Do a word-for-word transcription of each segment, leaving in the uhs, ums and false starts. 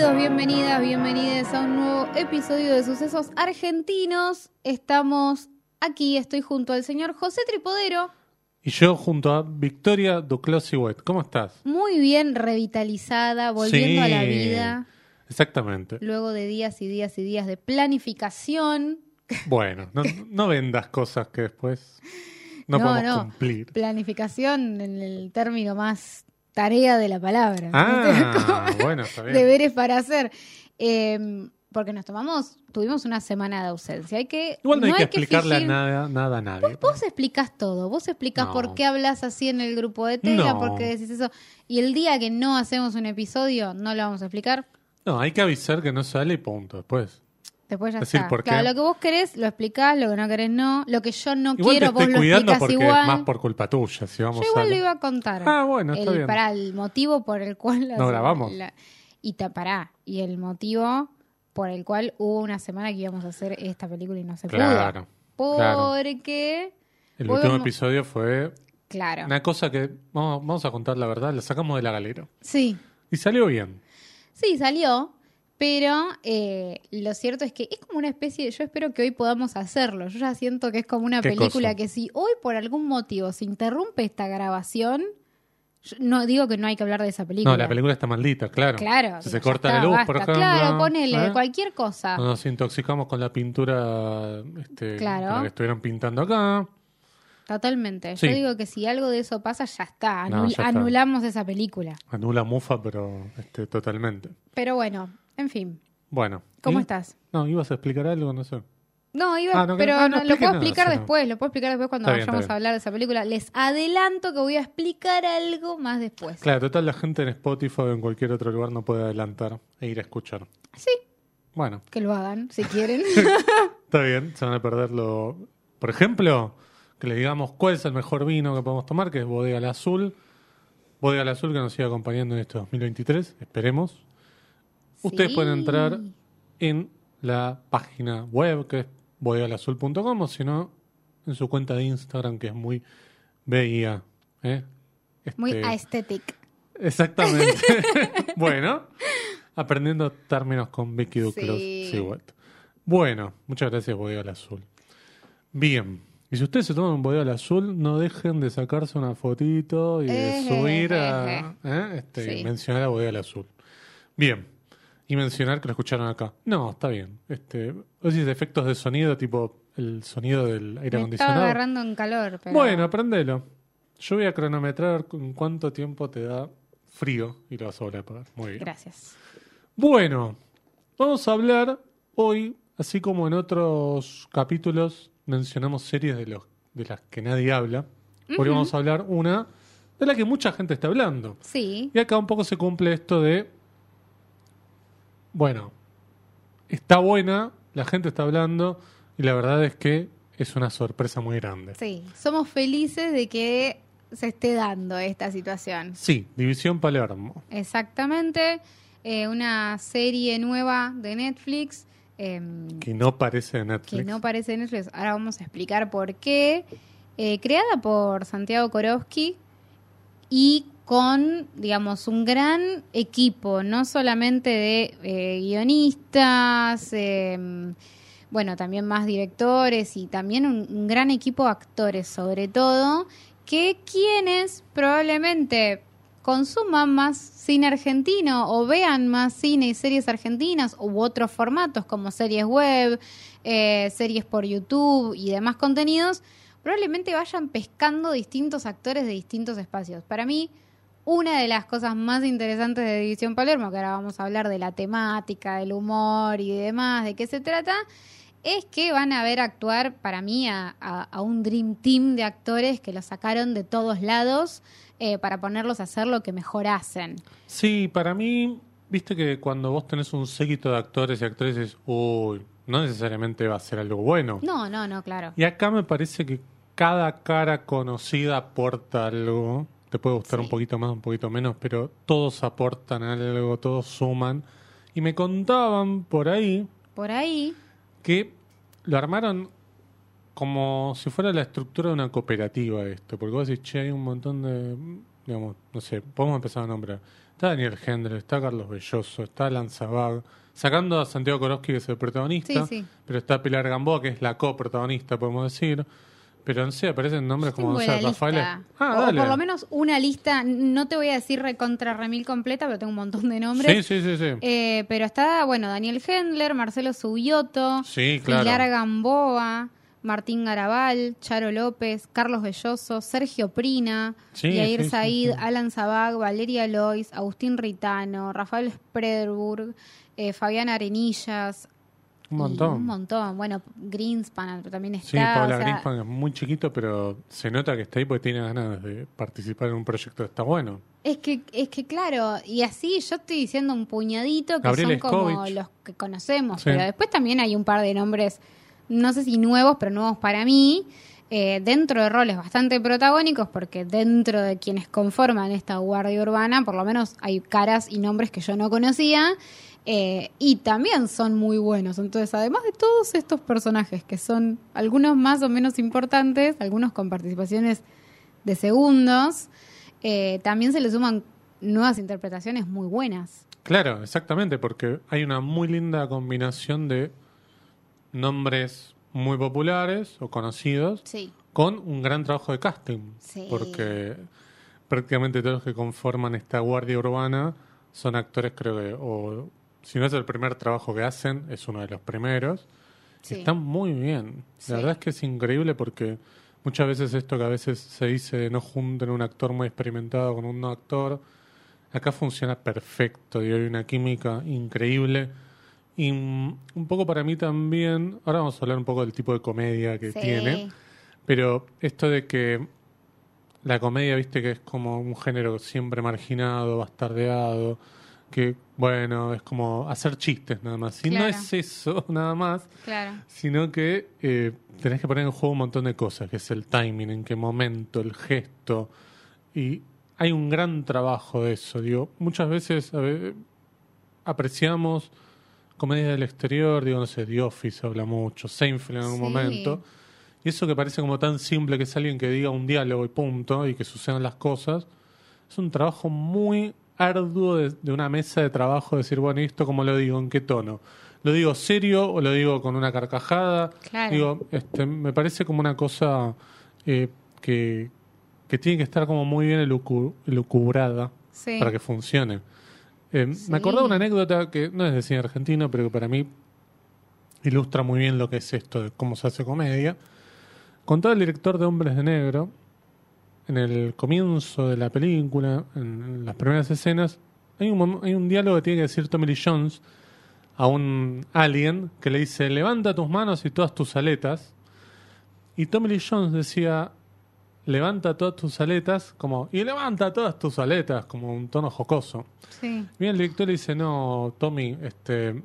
Bienvenidos, bienvenidas, bienvenides a un nuevo episodio de Sucesos Argentinos. Estamos aquí, estoy junto al señor José Tripodero. Y yo junto a Victoria Duclos-Siwet. ¿Cómo estás? Muy bien, revitalizada, volviendo sí, a la vida. Exactamente. Luego de días y días y días de planificación. Bueno, no, no vendas cosas que después no, no podemos no. cumplir. Planificación en el término más tarea de la palabra. Ah, bueno, está bien. Deberes para hacer. Eh, porque nos tomamos, tuvimos una semana de ausencia. Hay que, Igual no hay no que hay explicarle fingir... nada, nada a nadie. Vos, vos explicás todo. Vos explicás No. por qué hablas así en el grupo de Tela, No. por qué decís eso. Y el día que no hacemos un episodio, no lo vamos a explicar. No, hay que avisar que no sale y punto. Después. Después ya Decir está. por qué. Claro, lo que vos querés lo explicás, lo que no querés no. Lo que yo no Igual quiero, te estoy vos lo cuidando explicás porque igual. es más por culpa tuya. Si vamos Yo igual a... lo iba a contar. Ah, bueno, está el, bien. Para el motivo por el cual... No grabamos. La, y ta, pará. Y el motivo por el cual hubo una semana que íbamos a hacer esta película y no se Claro, pudo. claro. Porque... El Volvemos- último episodio fue Claro. una cosa que, vamos, vamos a contar la verdad, la sacamos de la galera. Sí. Y salió bien. Sí, salió. Pero eh, lo cierto es que es como una especie de... Yo espero que hoy podamos hacerlo. Yo ya siento que es como una ¿Qué película cosa? que si hoy por algún motivo se interrumpe esta grabación... yo no digo que no hay que hablar de esa película. No, la película está maldita, claro. Claro. Si digo, se ya corta está, la luz, basta. por ejemplo. Claro, ponele ¿eh? cualquier cosa. O nos intoxicamos con la pintura este, Claro. con la que estuvieron pintando acá. Totalmente. Sí. Yo digo que si algo de eso pasa, ya está. No, Anul- ya está. Anulamos esa película. Anula mufa, pero este, totalmente. Pero bueno, en fin. Bueno. ¿Cómo ¿y? estás? No, ibas a explicar algo, no sé. No, iba, Ah, no, que- pero ah, no no, lo explique puedo nada, explicar sí, no. después. Lo puedo explicar después cuando Está bien, vayamos está a bien. hablar de esa película. Les adelanto que voy a explicar algo más después. Claro, total, la gente en Spotify o en cualquier otro lugar no puede adelantar e ir a escuchar. Sí, Bueno, que lo hagan, si quieren. está bien, se van a perderlo. Por ejemplo, que le digamos cuál es el mejor vino que podemos tomar, que es Bodega La Azul. Bodega La Azul que nos sigue acompañando en este dos mil veintitrés, esperemos. Ustedes Sí. pueden entrar en la página web que es bodegalazul punto com o si no, en su cuenta de Instagram que es muy bella. ¿eh? Muy Este, aesthetic. Exactamente. Bueno, aprendiendo términos con Vicky Duclos Sí. Siwet. Bueno, muchas gracias Bodega al Azul. Bien. Y si ustedes se toman un Bodega al Azul, no dejen de sacarse una fotito y de Eh, subir eh, a... ¿eh? Este, Sí. y mencionar a Bodega al Azul. Bien. Y mencionar que lo escucharon acá. No, está bien. Este, vos decís efectos de sonido, tipo el sonido del aire Me estaba acondicionado. agarrando en calor. Pero... Bueno, aprendelo. Yo voy a cronometrar en cuánto tiempo te da frío y lo vas a volver a pagar. Muy bien. Gracias. Bueno, vamos a hablar hoy, así como en otros capítulos mencionamos series de, los, de las que nadie habla. Hoy Ujú. vamos a hablar una de la que mucha gente está hablando. Sí. Y acá un poco se cumple esto de, bueno, está buena, la gente está hablando y la verdad es que es una sorpresa muy grande. Sí. Somos felices de que se esté dando esta situación. Sí, División Palermo. Exactamente. Eh, una serie nueva de Netflix. eh, Que no parece de Netflix. que no parece de Netflix. Ahora vamos a explicar por qué. Eh, creada por Santiago Korowski y con, digamos, un gran equipo, no solamente de eh, guionistas, eh, bueno, también más directores y también un, un gran equipo de actores, sobre todo, que quienes probablemente consuman más cine argentino o vean más cine y series argentinas u otros formatos como series web, eh, series por YouTube y demás contenidos, probablemente vayan pescando distintos actores de distintos espacios. Para mí, una de las cosas más interesantes de División Palermo, que ahora vamos a hablar de la temática, del humor y demás, de qué se trata, es que van a ver actuar, para mí, a, a, a un dream team de actores que los sacaron de todos lados eh, para ponerlos a hacer lo que mejor hacen. Sí, para mí, viste que cuando vos tenés un séquito de actores y actrices, uy, no necesariamente va a ser algo bueno. No, no, no, claro. Y acá me parece que cada cara conocida aporta algo. Te puede gustar Sí. un poquito más, un poquito menos, pero todos aportan algo, todos suman. Y me contaban por ahí Por ahí, que lo armaron como si fuera la estructura de una cooperativa esto. Porque vos decís, che, hay un montón de, digamos, no sé, podemos empezar a nombrar. Está Daniel Hendler, está Carlos Belloso, está Alan Zabag, sacando a Santiago Koroski, que es el protagonista, Sí, sí. pero está Pilar Gamboa, que es la coprotagonista, podemos decir. Pero no sé, aparecen nombres Yo como, no tengo sé, la Rafael. lista. Ah, o, o dale. por lo menos una lista, no te voy a decir recontra remil completa, pero tengo un montón de nombres. Sí, sí, sí, sí. Eh, pero está, bueno, Daniel Hendler, Marcelo Subioto, Sí, claro. Pilar Gamboa, Martín Garabal, Charo López, Carlos Belloso, Sergio Prina, Sí, Yair sí, sí, Said, sí. Alan Zabag, Valeria Lois, Agustín Ritano, Rafael Sprederburg, eh, Fabián Arenillas. Un y montón. Un montón. Bueno, Greenspan también está. Sí, Paula o sea, Greenspan es muy chiquito, pero se nota que está ahí porque tiene ganas de participar en un proyecto que está bueno. Es que, es que claro, y así yo estoy diciendo un puñadito que Gabriel son como Escovich. los que conocemos, Sí. pero después también hay un par de nombres, no sé si nuevos, pero nuevos para mí, eh, dentro de roles bastante protagónicos, porque dentro de quienes conforman esta guardia urbana, por lo menos hay caras y nombres que yo no conocía, eh, y también son muy buenos. Entonces, además de todos estos personajes, que son algunos más o menos importantes, algunos con participaciones de segundos, eh, también se le suman nuevas interpretaciones muy buenas. Claro, exactamente, porque hay una muy linda combinación de nombres muy populares o conocidos Sí. con un gran trabajo de casting. Sí. Porque prácticamente todos los que conforman esta guardia urbana son actores, creo que, o si no es el primer trabajo que hacen, es uno de los primeros. Sí. Están muy bien. Sí. La verdad es que es increíble porque muchas veces esto que a veces se dice de no junten un actor muy experimentado con un no actor, acá funciona perfecto y hay una química increíble. Y mm, un poco para mí también, ahora vamos a hablar un poco del tipo de comedia que Sí. tiene, pero esto de que la comedia, viste, que es como un género siempre marginado, bastardeado, que, bueno, es como hacer chistes nada más. Y no Claro. es eso nada más, Claro. sino que eh, tenés que poner en juego un montón de cosas, que es el timing, en qué momento, el gesto. Y hay un gran trabajo de eso. Digo, muchas veces a ver, apreciamos comedias del exterior, digo, no sé, The Office habla mucho, Seinfeld en algún Sí. momento. Y eso que parece como tan simple, que es alguien que diga un diálogo y punto, y que sucedan las cosas, es un trabajo muy arduo de, de una mesa de trabajo, decir, bueno, ¿y esto cómo lo digo? ¿En qué tono? ¿Lo digo serio o lo digo con una carcajada? Claro. Digo, este, me parece como una cosa eh, que, que tiene que estar como muy bien elucu- elucubrada Sí. para que funcione. Eh, Sí. Me acordaba una anécdota que no es de cine argentino, pero que para mí ilustra muy bien lo que es esto de cómo se hace comedia. Contaba el director de Hombres de Negro, en el comienzo de la película, en, en las primeras escenas, hay un, mom- hay un diálogo que tiene que decir Tommy Lee Jones a un alien que le dice, levanta tus manos y todas tus aletas. Y Tommy Lee Jones decía, levanta todas tus aletas, como, y levanta todas tus aletas, como un tono jocoso. Sí. Bien, el director le dice, no, Tommy, este,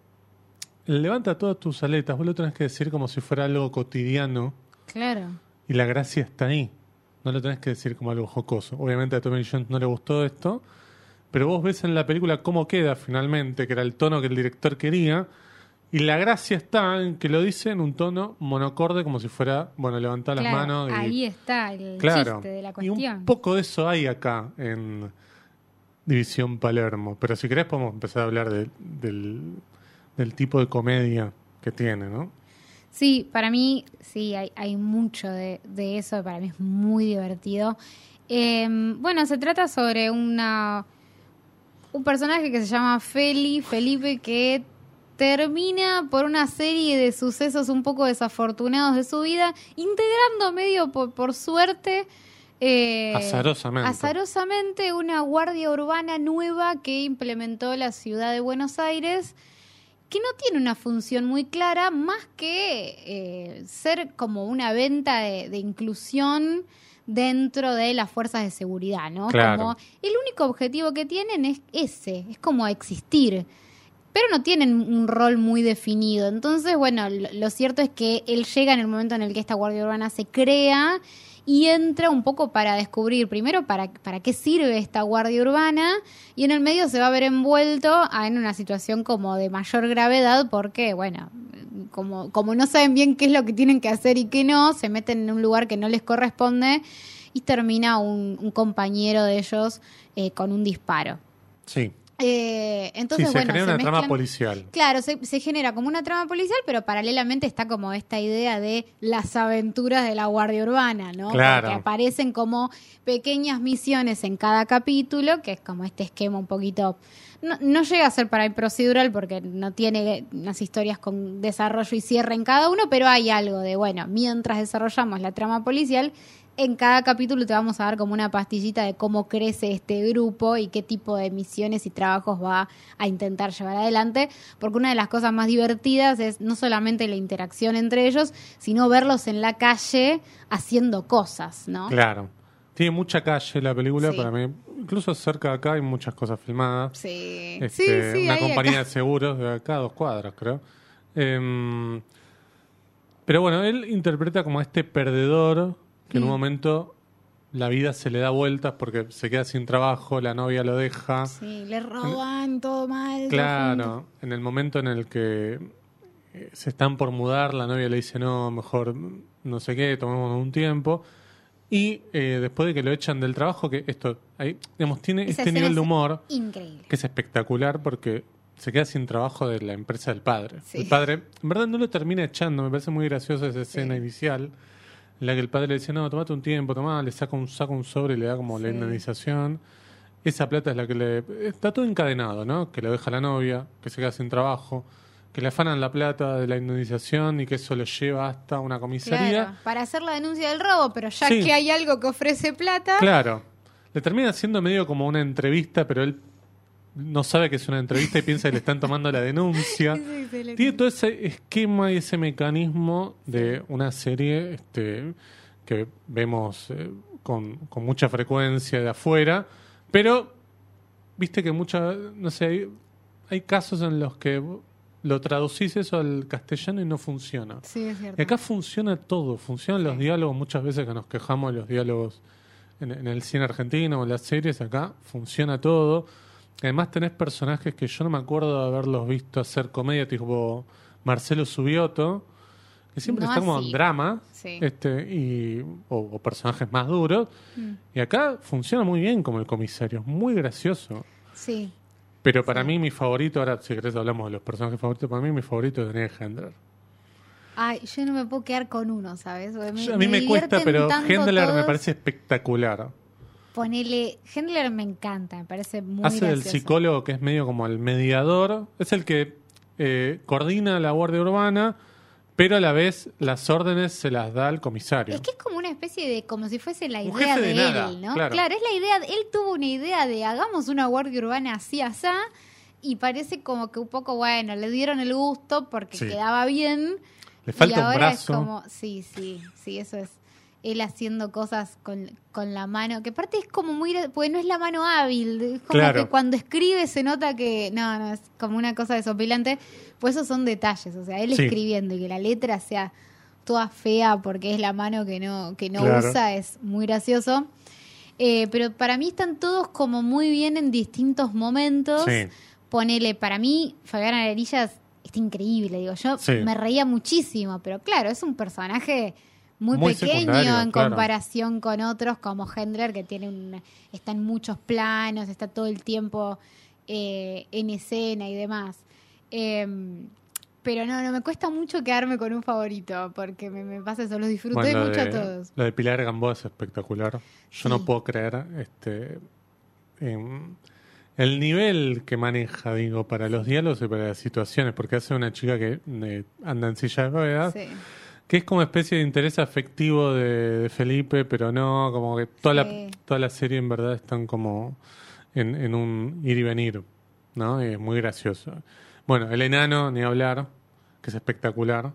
levanta todas tus aletas, vos lo tenés que decir como si fuera algo cotidiano, Claro. y la gracia está ahí. No lo tenés que decir como algo jocoso. Obviamente a Tommy Lee Jones no le gustó esto, pero vos ves en la película cómo queda finalmente, que era el tono que el director quería, y la gracia está en que lo dice en un tono monocorde, como si fuera, bueno, levantar las Claro, manos. Y, ahí está el claro, chiste de la y cuestión. un poco de eso hay acá en División Palermo. Pero si querés podemos empezar a hablar de- del, del tipo de comedia que tiene, ¿no? Sí, para mí, sí, hay, hay mucho de, de eso, para mí es muy divertido. Eh, bueno, se trata sobre una un personaje que se llama Feli, Felipe, que termina por una serie de sucesos un poco desafortunados de su vida, integrando medio por, por suerte... eh, Azarosamente. azarosamente una guardia urbana nueva que implementó la ciudad de Buenos Aires, que no tiene una función muy clara más que eh, ser como una venta de, de inclusión dentro de las fuerzas de seguridad, ¿no? Claro. Como el único objetivo que tienen es ese, es como existir, pero no tienen un rol muy definido. Entonces, bueno, lo, lo cierto es que él llega en el momento en el que esta guardia urbana se crea y entra un poco para descubrir primero para, para qué sirve esta guardia urbana, y en el medio se va a ver envuelto a, en una situación como de mayor gravedad porque, bueno, como, como no saben bien qué es lo que tienen que hacer y qué no, se meten en un lugar que no les corresponde y termina un, un compañero de ellos eh, con un disparo. Sí. Eh, entonces, sí, se bueno, genera se una mezclan, trama policial. Claro, se, se genera como una trama policial, pero paralelamente está como esta idea de las aventuras de la Guardia Urbana, ¿no? Claro. Porque aparecen como pequeñas misiones en cada capítulo, que es como este esquema un poquito... No, no llega a ser para el procedural porque no tiene unas historias con desarrollo y cierre en cada uno, pero hay algo de, bueno, mientras desarrollamos la trama policial, en cada capítulo te vamos a dar como una pastillita de cómo crece este grupo y qué tipo de misiones y trabajos va a intentar llevar adelante, porque una de las cosas más divertidas es no solamente la interacción entre ellos, sino verlos en la calle haciendo cosas, ¿no? Claro. Tiene mucha calle la película, Sí. para mí. Incluso cerca de acá hay muchas cosas filmadas. Sí, Este, sí, sí. una ahí compañía acá. de seguros de acá a dos cuadras, creo. Em, pero bueno, él interpreta como a este perdedor que en un Mm. momento la vida se le da vueltas porque se queda sin trabajo, la novia lo deja. Sí, le roban todo mal. todo junto. Claro, en el momento en el que eh, se están por mudar, la novia le dice, no, mejor no sé qué, tomemos un tiempo. Y eh, después de que lo echan del trabajo, que esto, ahí, digamos, tiene Esa este escena nivel de es humor increíble. que es espectacular porque se queda sin trabajo de la empresa del padre. Sí. El padre, en verdad, no lo termina echando. Me parece muy graciosa esa escena Sí. inicial en la que el padre le dice, no, tomate un tiempo, tomá, le saca un, saca un sobre y le da como la Sí. indemnización. Esa plata es la que le... Está todo encadenado, ¿no? Que lo deja la novia, que se queda sin trabajo, que le afanan la plata de la indemnización y que eso lo lleva hasta una comisaría. Claro, para hacer la denuncia del robo, pero ya Sí. que hay algo que ofrece plata... Claro. Le termina siendo medio como una entrevista, pero él no sabe que es una entrevista y piensa que le están tomando la denuncia. Es excelente. Tiene todo ese esquema y ese mecanismo de una serie este, que vemos eh, con, con mucha frecuencia de afuera, pero viste que muchas, no sé, hay, hay casos en los que lo traducís eso al castellano y no funciona. Sí, es cierto. Y acá funciona todo, funcionan los Sí. diálogos, muchas veces que nos quejamos de los diálogos en, en el cine argentino o en las series, acá funciona todo. Además tenés personajes que yo no me acuerdo de haberlos visto hacer comedia, tipo Marcelo Subioto, que siempre No está como así. en drama, Sí. este, y, o, o personajes más duros. Mm. Y acá funciona muy bien como el comisario, es muy gracioso. Sí. Pero para Sí. mí mi favorito, ahora si querés hablamos de los personajes favoritos, para mí mi favorito es Daniel Hendler. Ay, yo no me puedo quedar con uno, ¿sabes? Me, Yo- a mí me, cuesta, divierten pero tanto Hendler me todos. parece espectacular. Ponele... Hendler me encanta, me parece muy Hace del gracioso. psicólogo que es medio como el mediador, es el que eh, coordina la Guardia Urbana, pero a la vez las órdenes se las da al comisario. Es que es como una especie de, como si fuese la Un idea jefe de, de nada, él, ¿no? claro. es la idea, de- él tuvo una idea de hagamos una guardia urbana así, asá, y parece como que un poco, bueno, le dieron el gusto porque Sí. quedaba bien. Le falta y un ahora brazo. es como, sí, sí, sí, eso es. Él haciendo cosas con, con la mano, que aparte es como muy, pues no es la mano hábil, es como Claro. que cuando escribe se nota que, no, no, es como una cosa desopilante, pues esos son detalles, o sea, él Sí. escribiendo y que la letra sea toda fea porque es la mano que no, que no Claro. usa, es muy gracioso. Eh, pero para mí están todos como muy bien en distintos momentos. Sí. Ponele, para mí, Fabián Arerillas está increíble, digo, yo Sí. me reía muchísimo, pero claro, es un personaje muy, Muy pequeño secundario, en claro. comparación con otros como Hendler, que tiene un, está en muchos planos, está todo el tiempo eh, en escena y demás. Eh, pero no, no, me cuesta mucho quedarme con un favorito, porque me, me pasa eso, los disfruté Bueno, lo mucho a de, todos. lo de Pilar Gamboa es espectacular. Yo Sí. no puedo creer este em, el nivel que maneja, digo, para los diálogos y para las situaciones, porque hace una chica que eh, anda en silla de ruedas, Sí. que es como especie de interés afectivo de, de Felipe, pero no, como que toda, Sí. la, toda la serie en verdad están como en, en un ir y venir, ¿no? Y es muy gracioso. Bueno, el enano, ni hablar, que es espectacular,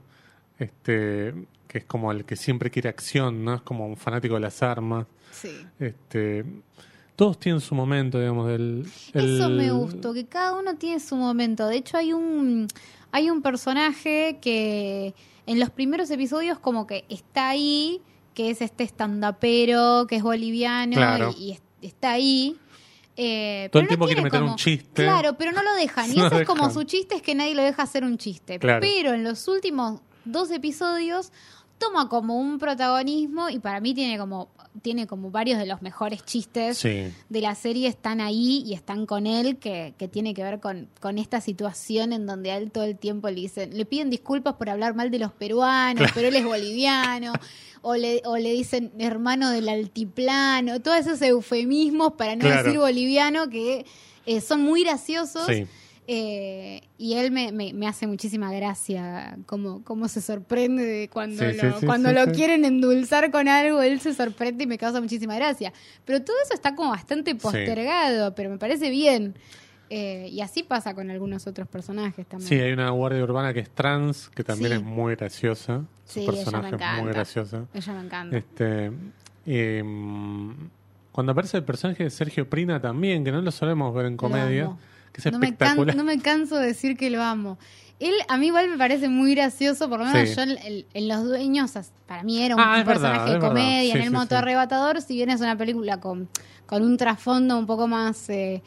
este que es como el que siempre quiere acción, ¿no? Es como un fanático de las armas. Sí. Este, todos tienen su momento, digamos, del... Eso el- me gustó, que cada uno tiene su momento. De hecho, hay un hay un personaje que en los primeros episodios como que está ahí, que es este estandapero, que es boliviano Claro. y, y es- está ahí. Eh, Todo pero el no tiempo quiere tiene meter como- un chiste. Claro, pero no lo dejan. Y No ese es como dejan. su chiste, es que nadie lo deja hacer un chiste. Claro. Pero en los últimos dos episodios toma como un protagonismo y para mí tiene como tiene como varios de los mejores chistes Sí. de la serie están ahí y están con él, que, que tiene que ver con, con esta situación en donde a él todo el tiempo le dicen, le piden disculpas por hablar mal de los peruanos, Claro. pero él es boliviano, o le, o le dicen hermano del altiplano, todos esos eufemismos para no Claro. decir boliviano que eh, son muy graciosos. Sí. Eh, y él me, me, me hace muchísima gracia cómo, cómo se sorprende de cuando Sí, sí, lo, sí, cuando sí, lo sí. quieren endulzar con algo, él se sorprende y me causa muchísima gracia. Pero todo eso está como bastante postergado, pero me parece bien. Eh, y así pasa con algunos otros personajes también. Sí, hay una guardia urbana que es trans, que también Sí. es muy graciosa. Su Sí, ella me personaje es encanta. muy graciosa. Ella me encanta. Este, eh, cuando aparece el personaje de Sergio Prina también, que no lo solemos ver en comedia, amo. que es No me, can- espectacular. no me canso de decir que lo amo. Él, a mí igual me parece muy gracioso, por lo menos Sí. yo en, en- en Los Dueños, as- para mí era un Ah, es personaje verdad, de es verdad. comedia, Sí, en El sí, Moto sí. Arrebatador, si bien es una película con, con un trasfondo un poco más eh,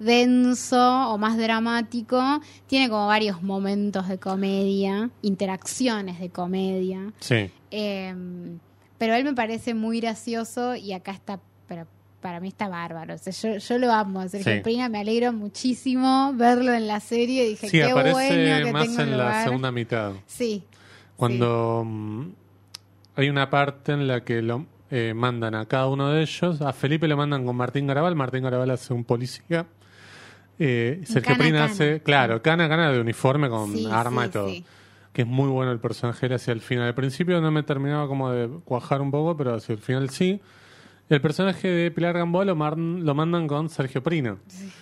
denso o más dramático, tiene como varios momentos de comedia, interacciones de comedia. Sí, Eh, pero él me parece muy gracioso y acá está, pero para mí está bárbaro. O sea, yo, yo lo amo a Sergio Sí. Prina, me alegro muchísimo verlo en la serie. Dije, sí qué aparece bueno que más tengo en un la lugar. segunda mitad. Sí. Cuando mm, hay una parte en la que lo eh, mandan a cada uno de ellos, a Felipe lo mandan con Martín Garabal, Martín Garabal hace un policía, eh, Sergio Cana, Prina Cana. hace, claro, cana, cana de uniforme con Sí, arma sí, y todo. sí. Que es muy bueno el personaje él hacia el final. Al principio no me terminaba como de cuajar un poco, pero hacia el final sí. El personaje de Pilar Gamboa lo, mar- lo mandan con Sergio Prina.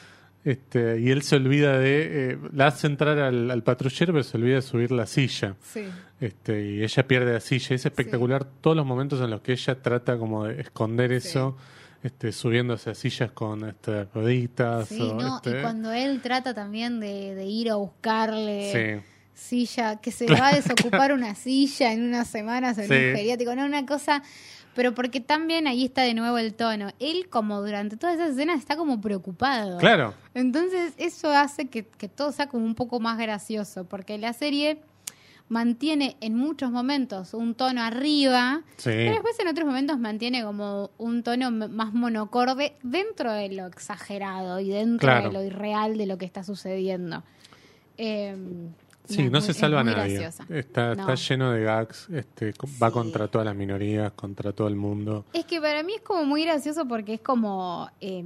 Este, y él se olvida de... eh, la hace entrar al, al patrullero, pero se olvida de subir la silla. Sí. Este, y ella pierde la silla. Es espectacular todos los momentos en los que ella trata como de esconder eso, este, subiéndose a sillas con este, rueditas. Sí, o, no, este, y cuando él trata también de, de ir a buscarle sí. silla, que se va a desocupar una silla en unas semanas en Sí. un geriátrico, no, una cosa, pero porque también ahí está de nuevo el tono. Él como durante todas esas escenas está como preocupado. Claro. Entonces eso hace que, que todo sea como un poco más gracioso, porque la serie mantiene en muchos momentos un tono arriba, Sí. pero después en otros momentos mantiene como un tono m- más monocorde dentro de lo exagerado y dentro Claro. de lo irreal de lo que está sucediendo. Eh, Sí, no es se muy- salva es muy nadie. graciosa. Está, No. está lleno de gags, este, co- va Sí. contra todas las minorías, contra todo el mundo. Es que para mí es como muy gracioso porque es como... eh,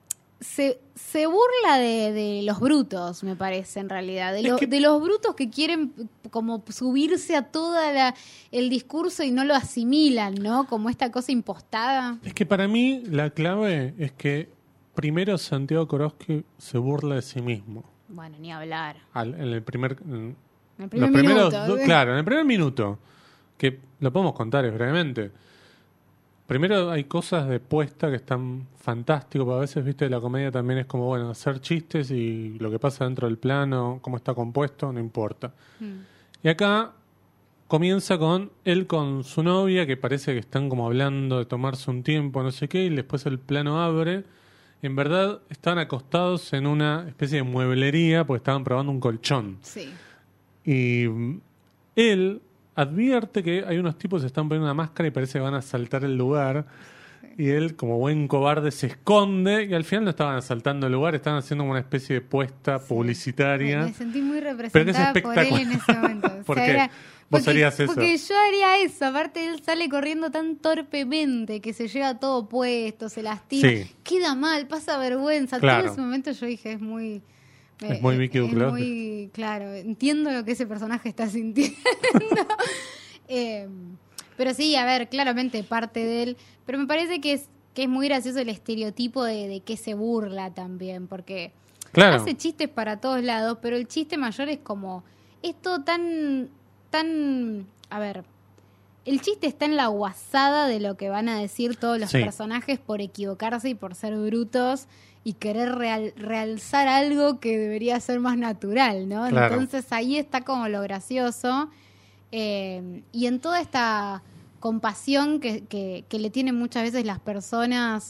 se, se burla de, de los brutos, me parece, en realidad. De, Es lo- que- de los brutos que quieren como subirse a todo el discurso y no lo asimilan, ¿no? Como esta cosa impostada. Es que para mí la clave es que primero Santiago Korowski se burla de sí mismo. Bueno, ni hablar. Al- en el primer... en En el primer los primeros minuto, do- ¿sí? Claro, en el primer minuto, que lo podemos contar es brevemente. Primero hay cosas de puesta que están fantásticos, porque a veces, viste, la comedia también es como, bueno, hacer chistes y lo que pasa dentro del plano, cómo está compuesto, no importa. Mm. Y acá comienza con él con su novia, que parece que están como hablando de tomarse un tiempo, no sé qué, y después el plano abre. En verdad estaban acostados en una especie de mueblería, porque estaban probando un colchón. Sí. Y mm, él advierte que hay unos tipos que se están poniendo una máscara y parece que van a asaltar el lugar. Y él, como buen cobarde, se esconde y al final no estaban asaltando el lugar, estaban haciendo como una especie de puesta publicitaria. Me, me sentí muy Pero que es representada por él espectacular. en ese momento. O ¿Por sea, qué? era- ¿Vos porque- harías eso? Porque yo haría eso. Aparte, él sale corriendo tan torpemente que se lleva todo puesto, se lastima. Sí. Queda mal, pasa vergüenza. Claro. Todo ese momento yo dije, es muy... Es muy Vicky es Duclos. muy claro, entiendo lo que ese personaje está sintiendo. Eh, pero sí, a ver, claramente parte de él. Pero me parece que es, que es muy gracioso el estereotipo de, de que se burla también, porque Claro. hace chistes para todos lados, pero el chiste mayor es como, es todo tan, tan, a ver, el chiste está en la guasada de lo que van a decir todos los Sí. personajes por equivocarse y por ser brutos y querer real- realzar algo que debería ser más natural, ¿no? Claro. Entonces ahí está como lo gracioso. Eh, y en toda esta compasión que, que, que le tienen muchas veces las personas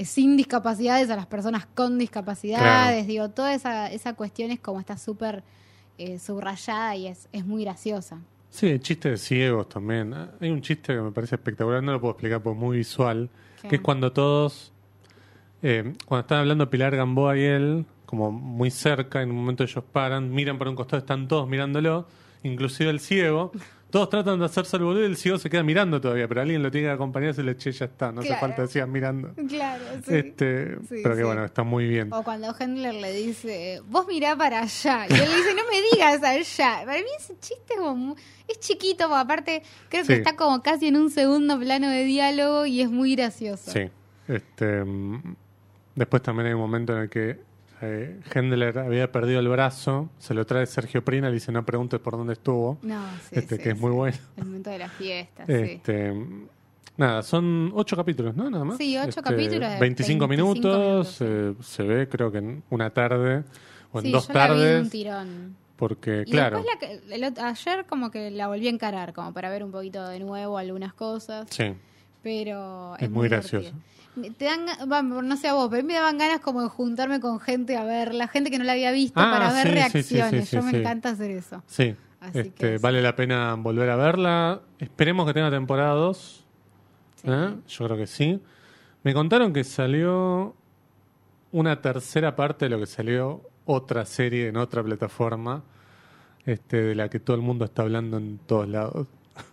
eh, sin discapacidades a las personas con discapacidades. Claro. Digo, toda esa, esa cuestión es como está súper eh, subrayada y es, es muy graciosa. Sí, el chiste de ciegos también. Hay un chiste que me parece espectacular, no lo puedo explicar porque es muy visual, ¿qué? Que es cuando todos, eh, cuando están hablando Pilar Gamboa y él, como muy cerca, en un momento ellos paran, miran por un costado, están todos mirándolo, inclusive el ciego, todos tratan de hacerse el boludo y el ciego se queda mirando todavía, pero alguien lo tiene que acompañar y se le che, ya está, no claro. hace falta que sigan mirando. Claro, sí. Este, sí pero que sí. Bueno, está muy bien. O cuando Hendler le dice, vos mirá para allá, y él le dice, no me digas allá. Para mí ese chiste es como muy, es chiquito, porque aparte creo que sí. está como casi en un segundo plano de diálogo y es muy gracioso. Sí. Este, después también hay un momento en el que Eh, Hendler había perdido el brazo, se lo trae Sergio Prina, le dice no preguntes por dónde estuvo, no, sí, este, sí, que es sí. muy bueno. El momento de las fiestas, este, sí. Nada, son ocho capítulos, ¿no? Nada más. Sí, ocho este, capítulos. De veinticinco, veinticinco minutos, minutos sí. eh, se ve creo que en una tarde o en sí, dos yo tardes. La vi en un tirón. Porque, y claro. Después la que, el, ayer como que la volví a encarar, como para ver un poquito de nuevo algunas cosas. Sí. Pero es, es muy, muy gracioso. Te dan, bueno, no sé a vos, pero a mí me daban ganas como de juntarme con gente a ver, la gente que no la había visto ah, para ver sí, reacciones. Sí, sí, sí, Yo sí, me sí. encanta hacer eso. Sí, Así este, que vale la pena volver a verla. Esperemos que tenga temporada dos. Sí. ¿Eh? Yo creo que sí. Me contaron que salió una tercera parte de lo que salió otra serie en otra plataforma, este, de la que todo el mundo está hablando en todos lados.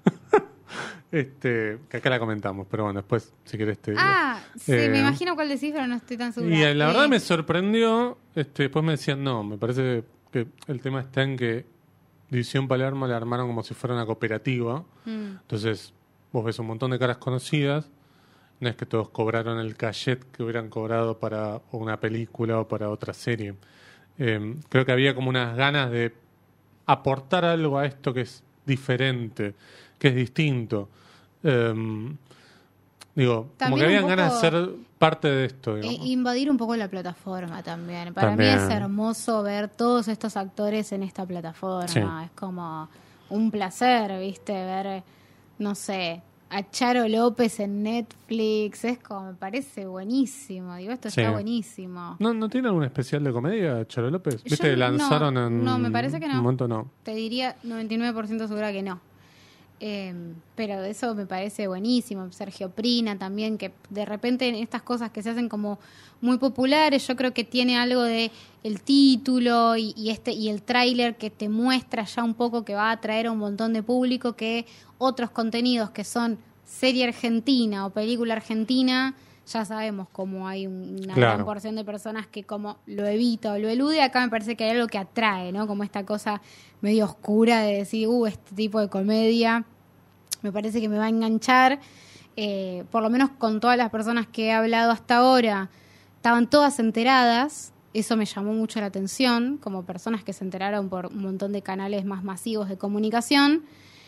Este, que acá la comentamos, pero bueno, después, si querés te digo. Ah, sí, eh, me imagino cuál decís, pero no estoy tan segura. Y la eh. verdad me sorprendió, este, después me decían, no, me parece que el tema está en que División Palermo la armaron como si fuera una cooperativa. Mm. Entonces, vos ves un montón de caras conocidas, no es que todos cobraron el cachet que hubieran cobrado para una película o para otra serie. Eh, creo que había como unas ganas de aportar algo a esto que es diferente, que es distinto. Um, digo, también como que habían ganas de ser parte de esto. E invadir un poco la plataforma también. Para también. mí es hermoso ver todos estos actores en esta plataforma. Sí. Es como un placer, ¿viste? Ver, no sé, a Charo López en Netflix. Es como, me parece buenísimo. Digo, esto sí. está buenísimo. ¿No, ¿No tiene algún especial de comedia, Charo López? ¿Viste? Yo, lanzaron no, en. No, me parece que no. Un momento no. Te diría noventa y nueve por ciento segura que no. Eh, pero eso me parece buenísimo. Sergio Prina también, que de repente en estas cosas que se hacen como muy populares, yo creo que tiene algo de el título y, y este y el tráiler que te muestra ya un poco que va a atraer a un montón de público, que otros contenidos que son serie argentina o película argentina, ya sabemos cómo hay una claro. gran porción de personas que como lo evita o lo elude. Acá me parece que hay algo que atrae, ¿no? Como esta cosa medio oscura de decir, uh, este tipo de comedia me parece que me va a enganchar. Eh, por lo menos con todas las personas que he hablado hasta ahora, estaban todas enteradas. Eso me llamó mucho la atención, como personas que se enteraron por un montón de canales más masivos de comunicación.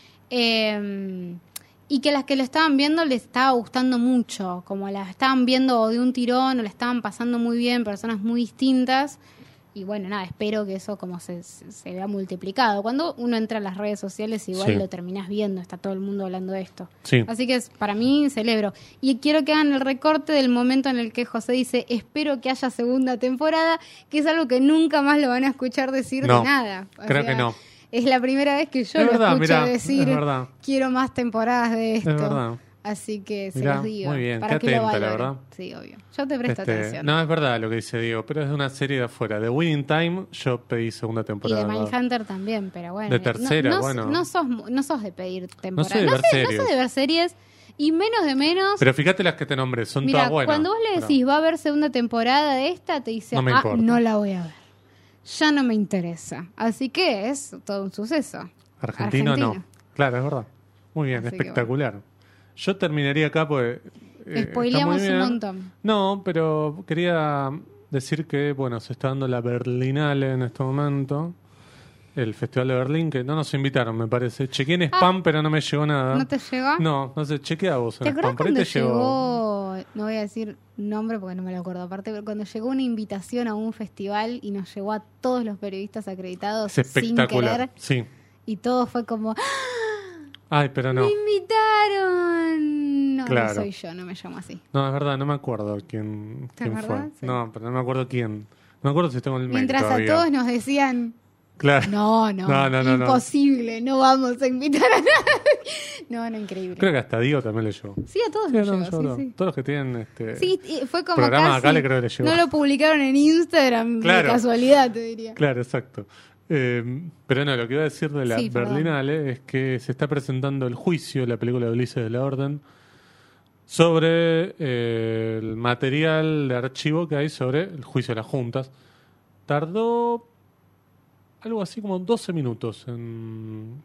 Eh, Y que las que lo estaban viendo les estaba gustando mucho, como las estaban viendo de un tirón o le estaban pasando muy bien, personas muy distintas. Y bueno, nada, espero que eso como se, se, se vea multiplicado. Cuando uno entra a las redes sociales igual sí. lo terminás viendo, está todo el mundo hablando de esto. Sí. Así que es, para mí celebro. Y quiero que hagan el recorte del momento en el que José dice, espero que haya segunda temporada, que es algo que nunca más lo van a escuchar decir no, de nada. O creo sea, que no. Es la primera vez que yo es lo verdad, escucho mirá, decir, es quiero más temporadas de esto. Es verdad. Así que se mirá, los digo. Muy bien, para qué que atenta, lo la verdad. Sí, obvio. Yo te presto este, atención. No, es verdad lo que dice Diego, pero es de una serie de afuera. De Winning Time yo pedí segunda temporada. Y de Mindhunter también, pero bueno. De tercera, no, no, bueno. No sos, no sos de pedir temporada. No soy de no ver sé, series. No sos de ver series. Y menos de menos... Pero fíjate las que te nombré, son Mirá, todas buenas. Cuando vos le decís, va a haber segunda temporada de esta, te dice, no me ah, importa. no la voy a ver. Ya no me interesa. Así que es todo un suceso. Argentino, Argentino. no. Claro, es verdad. Muy bien, Así espectacular. Bueno. Yo terminaría acá porque... Eh, Spoileamos un montón. No, pero quería decir que, bueno, se está dando la Berlinale en este momento. El Festival de Berlín, que no nos invitaron, me parece. Chequeé en spam, ah, pero no me llegó nada. ¿No te llegó? No, no sé, chequea vos en ¿Te spam. Por ahí te llegó... llegó, no voy a decir nombre porque no me lo acuerdo aparte, pero cuando llegó una invitación a un festival y nos llegó a todos los periodistas acreditados es espectacular, sin querer, sí. Y todo fue como... Ay, pero no. ¡Me invitaron! no, Claro. no soy yo, no me llamo así. No, es verdad, no me acuerdo quién, ¿Te quién fue. acordás? Sí. No, pero no me acuerdo quién. No me acuerdo si tengo el mail Mientras todavía. a todos nos decían, Claro. no, no, No, no, no, no. imposible, no. vamos a invitar a nadie. No, no, increíble. Creo que hasta Diego también le llegó. Sí, a todos Sí, nos no, llegó, yo sí, no. sí. Todos los que tienen este Sí, y fue como programa casi, acá le creo que le llegó. no lo publicaron en Instagram Claro. de casualidad, te diría. Claro, exacto. Eh, pero no, lo que iba a decir de la Sí, perdón. Berlinale es que se está presentando el juicio, la película de Ulises de la Orden, sobre eh, el material de archivo que hay sobre el juicio de las juntas. Tardó algo así como doce minutos en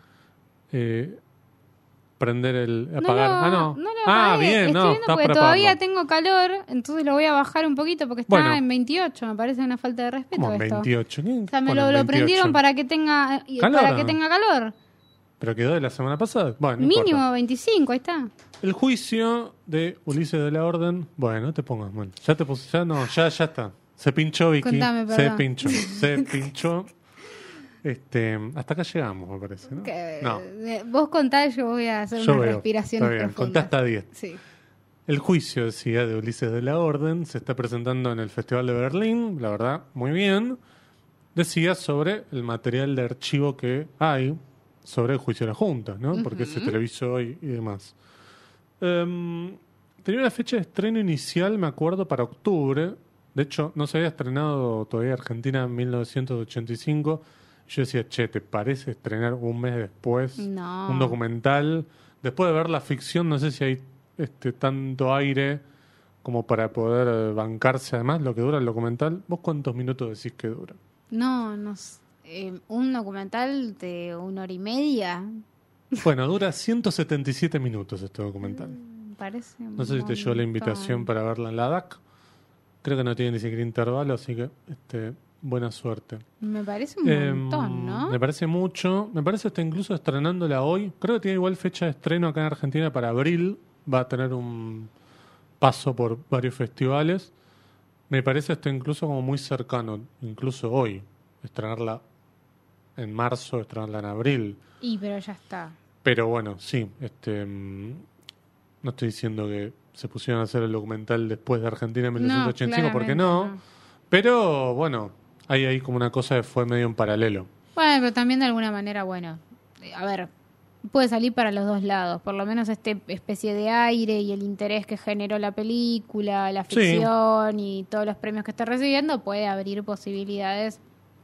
eh, prender el... apagar. No lo, ah, no. no lo ah, apagué. bien, Estoy no. viendo estás porque para todavía apagarlo. tengo calor, entonces lo voy a bajar un poquito porque está Bueno. en veintiocho, me parece una falta de respeto ¿Cómo en esto. veintiocho? ¿Quién O sea, me pone lo, en lo veintiocho? prendieron para que tenga y- ¿Calor? para que tenga calor. ¿Pero quedó de la semana pasada? Bueno, no Mínimo importa. veinticinco, ahí está. El juicio de Ulises de la Orden. Bueno, no te pongas mal. Ya te puse, ya no, ya, ya está. Se pinchó, Vicky. Contame, se perdón. pinchó. Se pinchó. Este, hasta acá llegamos, me parece, ¿no? Que- No, eh, Vos contás, yo voy a hacer yo unas veo. respiraciones Está bien, profundas. contá hasta diez. Sí. El juicio, decía, de Ulises de la Orden se está presentando en el Festival de Berlín, la verdad, muy bien. Decía sobre el material de archivo que hay sobre el juicio de las juntas, ¿no? Porque se televisó hoy y demás. Em, tenía una fecha de estreno inicial, me acuerdo, para octubre. De hecho, no se había estrenado todavía Argentina en mil novecientos ochenta y cinco. Yo decía, che, ¿te parece estrenar un mes después No. un documental? Después de ver la ficción, no sé si hay este tanto aire como para poder eh, bancarse además lo que dura el documental. ¿Vos cuántos minutos decís que dura? No, no sé. Eh, un documental de una hora y media. Bueno, dura ciento setenta y siete minutos este documental. Me parece. un No sé si te llegó la montón. invitación para verla en la D A C. Creo que no tiene ni siquiera intervalo, así que este, buena suerte. Me parece un Eh, montón, ¿no? Me parece mucho. Me parece que está incluso estrenándola hoy. Creo que tiene igual fecha de estreno acá en Argentina para abril. Va a tener un paso por varios festivales. Me parece que está incluso como muy cercano, incluso hoy, estrenarla en marzo, estrenarla en abril. Y pero ya está. Pero bueno, sí, este mm, no estoy diciendo que se pusieron a hacer el documental después de Argentina en mil novecientos ochenta y cinco, porque no. claramente Pero bueno, hay ahí como una cosa que fue medio en paralelo. Bueno, pero también de alguna manera, bueno, eh, a ver, puede salir para los dos lados. Por lo menos este especie de aire y el interés que generó la película, la Sí. ficción y todos los premios que está recibiendo puede abrir posibilidades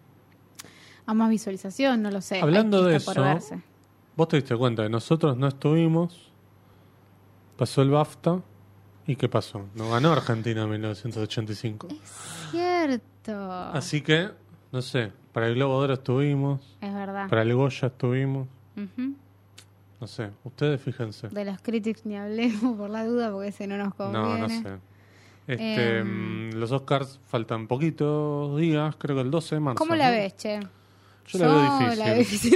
a más visualización, no lo sé. Hablando Ahí de está por eso, verse. Vos te diste cuenta que nosotros no estuvimos, pasó el BAFTA, ¿y qué pasó? No ganó Argentina en mil novecientos ochenta y cinco. Cierto. Así que, no sé, para el Globo de Oro estuvimos, Es verdad. para el Goya estuvimos, Ujú. no sé, ustedes fíjense. De los critics ni hablemos por la duda, porque ese no nos conviene. No, no sé. Este, Em. mm, los Oscars faltan poquitos días, creo que el doce de marzo. ¿Cómo la ¿no? ves, che? Yo la veo difícil. la veo difícil.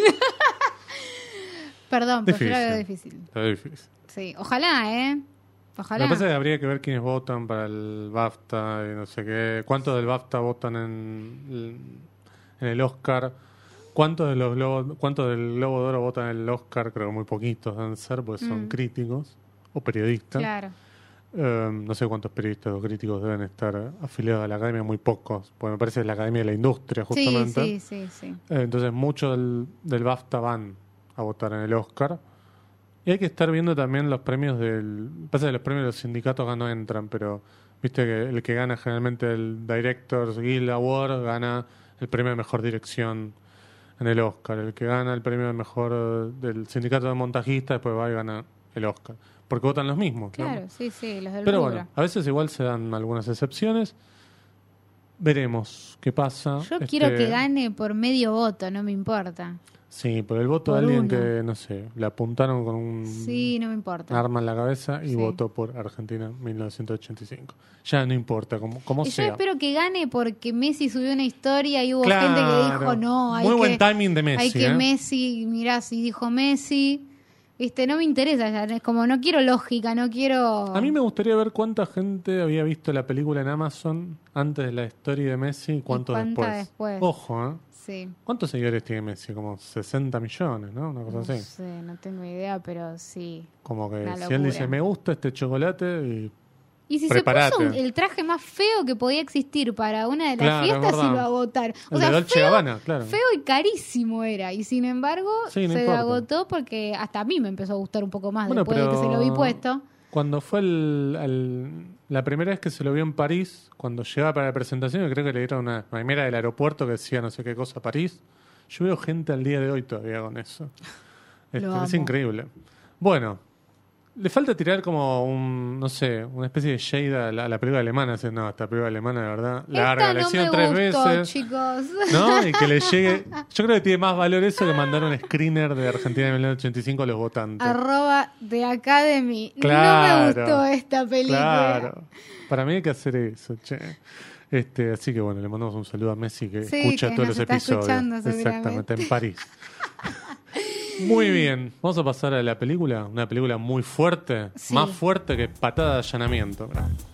Perdón, pero yo la veo Difícil. difícil. Está difícil. Sí, ojalá, ¿eh? Ojalá. Lo que pasa es que habría que ver quiénes votan para el BAFTA y no sé qué. ¿Cuántos del BAFTA votan en, en el Oscar? ¿Cuántos, de los Globo, ¿Cuántos del Globo de Oro votan en el Oscar? Creo que muy poquitos deben ser, porque son Mm. críticos o periodistas. Claro. Eh, no sé cuántos periodistas o críticos deben estar afiliados a la academia, muy pocos, porque me parece que es la academia de la industria, Sí, justamente. sí, sí, sí. Eh, entonces, muchos del, del BAFTA van a votar en el Oscar. Y hay que estar viendo también los premios del... Pasa que los premios de los sindicatos acá no entran, pero viste que el que gana generalmente el Directors Guild Award gana el premio de mejor dirección en el Oscar. El que gana el premio de mejor eh, del sindicato de montajistas después va y gana el Oscar. Porque votan los mismos. ¿no? Claro, sí, sí, los del Pero rubro. bueno, a veces igual se dan algunas excepciones. Veremos qué pasa. Yo Este, quiero que gane por medio voto, no me importa. Sí, por el voto Por de alguien uno. que, no sé, le apuntaron con un Sí, no me importa. arma en la cabeza y Sí. votó por Argentina en mil novecientos ochenta y cinco. Ya no importa, como, como Y yo sea. espero que gane porque Messi subió una historia y hubo Claro. gente que dijo no, hay Muy que, buen timing de Messi. hay que ¿eh? Messi, mirá, si dijo Messi, Viste, no me interesa ya, es como no quiero lógica, no quiero... A mí me gustaría ver cuánta gente había visto la película en Amazon antes de la historia de Messi y cuántos después. después. Ojo, ¿eh? Sí. ¿Cuántos seguidores tiene Messi? Como sesenta millones, ¿no? Una cosa No así. sé, no tengo idea, pero sí. Como que Una si él locura. dice, me gusta este chocolate y... Y si Preparate. se puso un- el traje más feo que podía existir para una de las Claro, es fiestas y verdad. lo agotaron. O El sea, de Dolce feo, Gabbana, claro. feo y carísimo era. Y sin embargo, Sí, no se importa. agotó porque hasta a mí me empezó a gustar un poco más Bueno, después de que se lo vi puesto. Cuando fue el, el- la primera vez que se lo vio en París, cuando llegaba para la presentación, yo creo que le dieron una primera del aeropuerto que decía no sé qué cosa París. Yo veo gente al día de hoy todavía con eso. Este, Lo es amo. increíble. Bueno, le falta tirar como un, no sé, una especie de shade a la, a la película alemana. Decir, no, esta película alemana, de verdad, larga, Esta la no hicieron me tres gustó, veces. chicos. ¿No? Y que le llegue. Yo creo que tiene más valor eso que mandar un screener de Argentina de mil novecientos ochenta y cinco a los votantes. Arroba de Academy. No me Claro, gustó esta película. Claro. Para mí hay que hacer eso, che. Este, así que bueno, le mandamos un saludo a Messi que Sí, escucha que todos nos los está episodios. escuchando Exactamente, en París. Muy bien, vamos a pasar a la película. Una película muy fuerte, Sí. más fuerte que Patada de Allanamiento.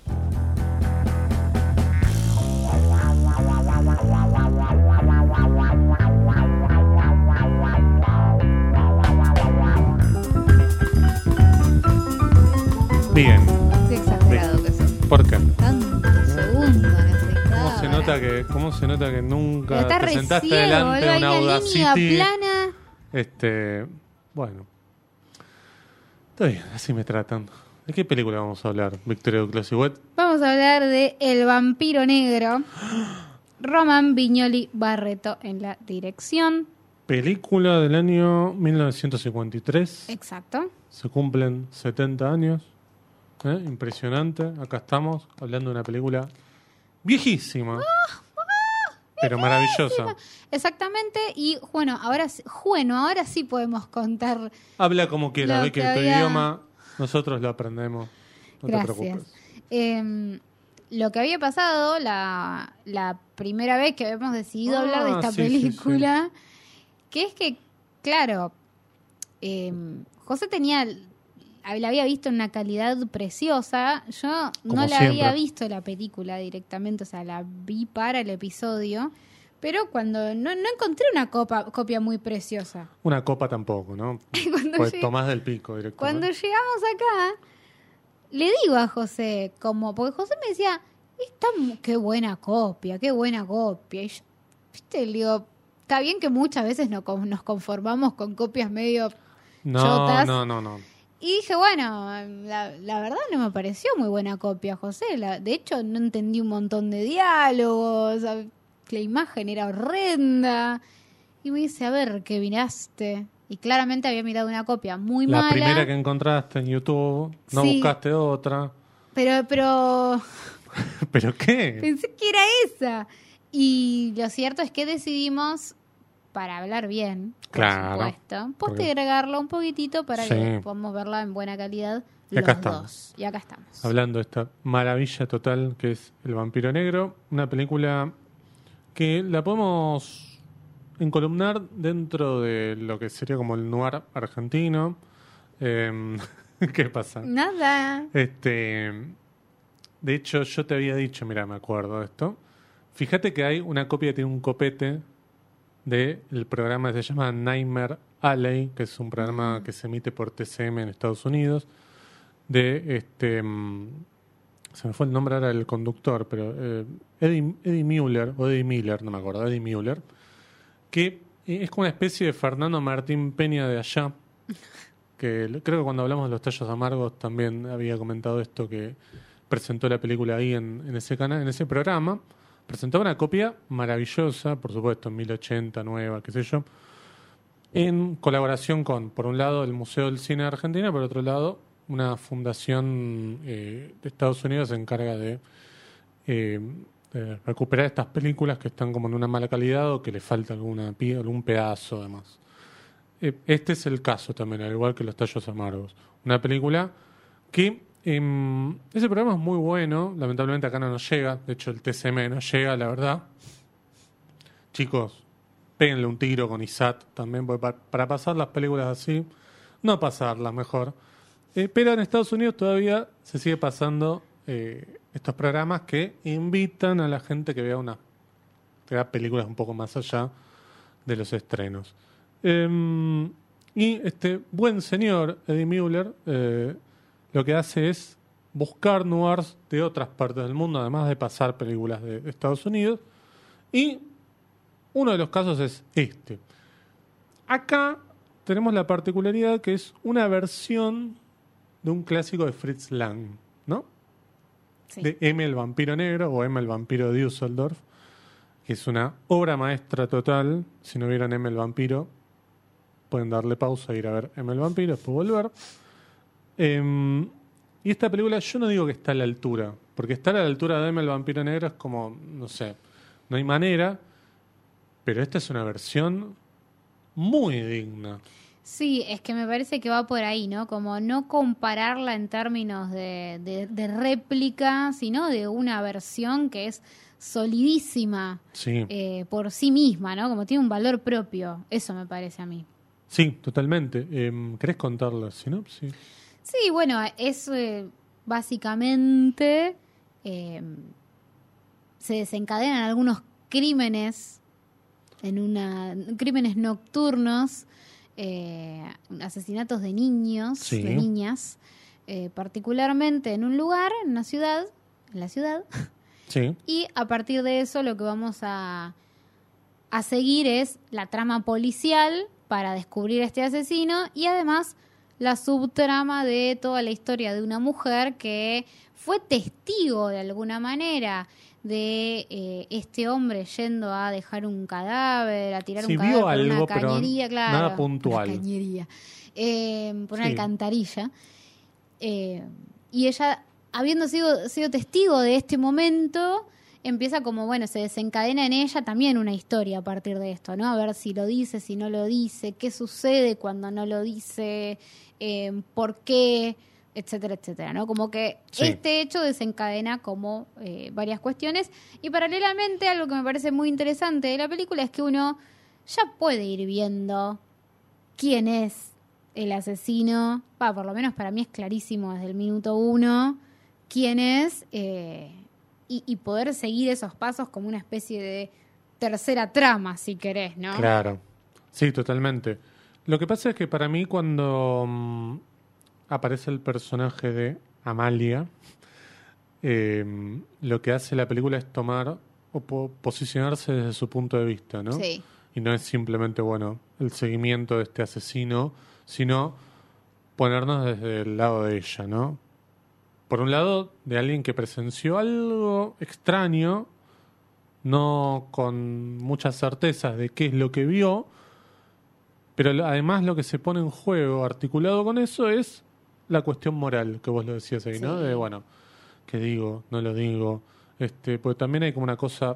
Bien, Qué exagerado que sos. ¿por qué? Tanto segundo necesitaba. ¿Cómo se nota que, cómo se nota que nunca Está te re sentaste ciego, delante boludo, de hay una una línea Audacity? plana. Este, bueno. Está bien, así me tratan. ¿De qué película vamos a hablar, Victoria Duclos-Huet? Vamos a hablar de El vampiro negro. Román Viñoli Barreto en la dirección. Película del año mil novecientos cincuenta y tres. Exacto. Se cumplen setenta años. ¿Eh? Impresionante. Acá estamos hablando de una película viejísima. Pero maravillosa. Exactamente. Y bueno, ahora, sí- bueno, ahora sí podemos contar. Habla como quieras, Lo ve que, que tu había- idioma nosotros lo aprendemos. No te Gracias. preocupes. Eh, lo que había pasado la, la primera vez que habíamos decidido Ah, hablar de esta sí, sí, película, que es que, claro, eh, José tenía, la había visto en una calidad preciosa. Yo Como no la siempre. había visto la película directamente, o sea, la vi para el episodio, pero cuando no, no encontré una copa, copia muy preciosa. Una copa tampoco, ¿no? Cuando Pues llegué- tomás del pico directamente. Cuando llegamos acá, le digo a José, como, porque José me decía, está mu- qué buena copia, qué buena copia. Y yo, viste, le digo, está bien que muchas veces no, con- nos conformamos con copias medio No, chotas. no, no, no. Y dije, bueno, la, la verdad no me pareció muy buena copia, José. La- de hecho, no entendí un montón de diálogos, o sea, la imagen era horrenda. Y me dice, a ver, ¿qué miraste? Y claramente había mirado una copia muy La mala. primera que encontraste en YouTube, no Sí. buscaste otra. Pero, pero ¿Pero qué? pensé que era esa. Y lo cierto es que decidimos, para hablar bien, por Claro, supuesto, porque- postergarla un poquitito para Sí. que podamos verla en buena calidad Y acá los estamos. dos. Y acá estamos. Hablando de esta maravilla total que es El vampiro negro, una película que la podemos encolumnar dentro de lo que sería como el noir argentino. Eh, ¿Qué pasa? Nada. Este, de hecho, yo te había dicho, mira, me acuerdo de esto. Fíjate que hay una copia que tiene un copete del programa que se llama Nightmare Alley, que es un programa que se emite por T C M en Estados Unidos. De este, mm, se me fue el nombre ahora del conductor, pero eh, Eddie, Eddie Mueller, o Eddie Miller, no me acuerdo, Eddie Mueller, que eh, es como una especie de Fernando Martín Peña de allá. Que l- creo que cuando hablamos de los tallos amargos también había comentado esto, que presentó la película ahí en, en ese canal, en ese programa. Presentó una copia maravillosa, por supuesto, en mil ochenta, nueva, qué sé yo, en colaboración con, por un lado, el Museo del Cine de Argentina, por otro lado, una fundación eh, de Estados Unidos se encarga de, eh, de recuperar estas películas que están como en una mala calidad o que le falta alguna, pi- algún pedazo, además. Eh, Este es el caso también, al igual que Los Tallos Amargos. Una película que eh, ese programa es muy bueno, lamentablemente acá no nos llega, de hecho el T C M no llega, la verdad. Chicos, péguenle un tiro con I S A T también, porque para, para pasar las películas así, no pasarla mejor. Eh, pero en Estados Unidos todavía se sigue pasando eh, estos programas que invitan a la gente que vea una que vea películas un poco más allá de los estrenos. Eh, y este buen señor, Eddie Mueller, eh, lo que hace es buscar noirs de otras partes del mundo, además de pasar películas de Estados Unidos. Y uno de los casos es este. Acá tenemos la particularidad que es una versión de un clásico de Fritz Lang, ¿no? Sí. De M el vampiro negro o M el vampiro de Düsseldorf, que es una obra maestra total. Si no vieron M el vampiro, pueden darle pausa e ir a ver M el vampiro, después volver. Eh, y esta película yo no digo que está a la altura, porque estar a la altura de M el vampiro negro es como, no sé, no hay manera, pero esta es una versión muy digna. Sí, es que me parece que va por ahí, ¿no? Como no compararla en términos de, de, de réplica, sino de una versión que es solidísima Sí. eh, por sí misma, ¿no? Como tiene un valor propio. Eso me parece a mí. Sí, totalmente. Eh, ¿Querés contar la sinopsis? Sí, bueno, es eh, básicamente eh, se desencadenan algunos crímenes en una crímenes nocturnos, eh, asesinatos de niños, Sí. de niñas, eh, particularmente en un lugar, en una ciudad, en la ciudad, Sí. y a partir de eso lo que vamos a, a seguir es la trama policial para descubrir a este asesino y además la subtrama de toda la historia de una mujer que fue testigo de alguna manera de eh, este hombre yendo a dejar un cadáver, a tirar Sí, un cadáver vio por algo, una pero cañería, claro, nada puntual. una cañería, eh, por una Sí. alcantarilla. Eh, y ella, habiendo sido, sido testigo de este momento, empieza como, bueno, se desencadena en ella también una historia a partir de esto, ¿no? A ver si lo dice, si no lo dice, qué sucede cuando no lo dice, eh, por qué, etcétera, etcétera, ¿no? Como que Sí. este hecho desencadena como eh, varias cuestiones. Y paralelamente, algo que me parece muy interesante de la película es que uno ya puede ir viendo quién es el asesino. Va, por lo menos para mí es clarísimo desde el minuto uno quién es, eh, y, y poder seguir esos pasos como una especie de tercera trama, si querés, ¿no? Claro. Sí, totalmente. Lo que pasa es que para mí cuando mm, aparece el personaje de Amalia, eh, lo que hace la película es tomar o po- posicionarse desde su punto de vista, ¿no? Sí. Y no es simplemente, bueno, el seguimiento de este asesino, sino ponernos desde el lado de ella, ¿no? Por un lado, de alguien que presenció algo extraño, no con muchas certezas de qué es lo que vio, pero lo- además lo que se pone en juego, articulado con eso, es la cuestión moral, que vos lo decías ahí, ¿no? Sí. De, bueno, ¿qué digo? ¿No lo digo? Este, porque también hay como una cosa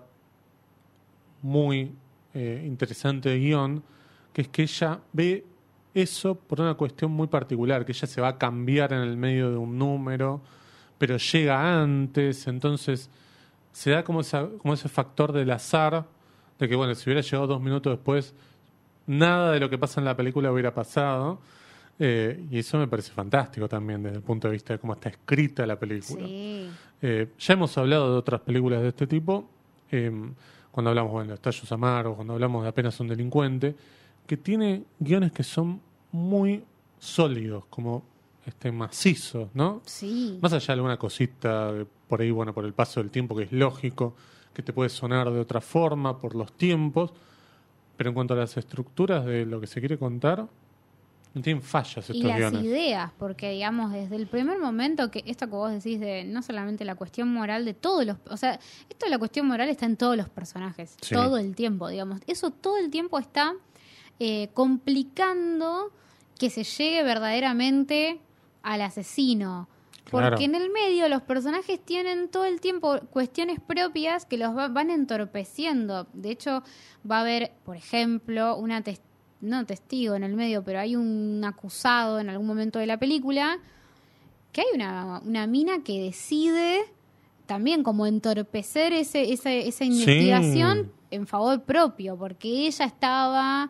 muy eh, interesante de guión, que es que ella ve eso por una cuestión muy particular, que ella se va a cambiar en el medio de un número, pero llega antes, entonces se da como, esa, como ese factor del azar, de que, bueno, si hubiera llegado dos minutos después, nada de lo que pasa en la película hubiera pasado. Eh, y eso me parece fantástico también desde el punto de vista de cómo está escrita la película. Sí. Eh, ya hemos hablado de otras películas de este tipo, eh, cuando hablamos bueno, de Estallos Amargos, cuando hablamos de Apenas un delincuente, que tiene guiones que son muy sólidos, como este macizos, ¿no? Sí. Más allá de alguna cosita eh, por ahí, bueno, por el paso del tiempo, que es lógico, que te puede sonar de otra forma, por los tiempos, pero en cuanto a las estructuras de lo que se quiere contar, no tienen fallas estos Y las guiones. ideas, porque digamos, desde el primer momento que esto que vos decís de no solamente la cuestión moral de todos los, o sea, esto de la cuestión moral está en todos los personajes, Sí. todo el tiempo, digamos. Eso todo el tiempo está eh, complicando que se llegue verdaderamente al asesino. Porque Claro. en el medio los personajes tienen todo el tiempo cuestiones propias que los va- van entorpeciendo. De hecho, va a haber, por ejemplo, una tes- no testigo en el medio, pero hay un acusado en algún momento de la película, que hay una, una mina que decide también como entorpecer ese, esa, esa investigación Sí. en favor propio, porque ella estaba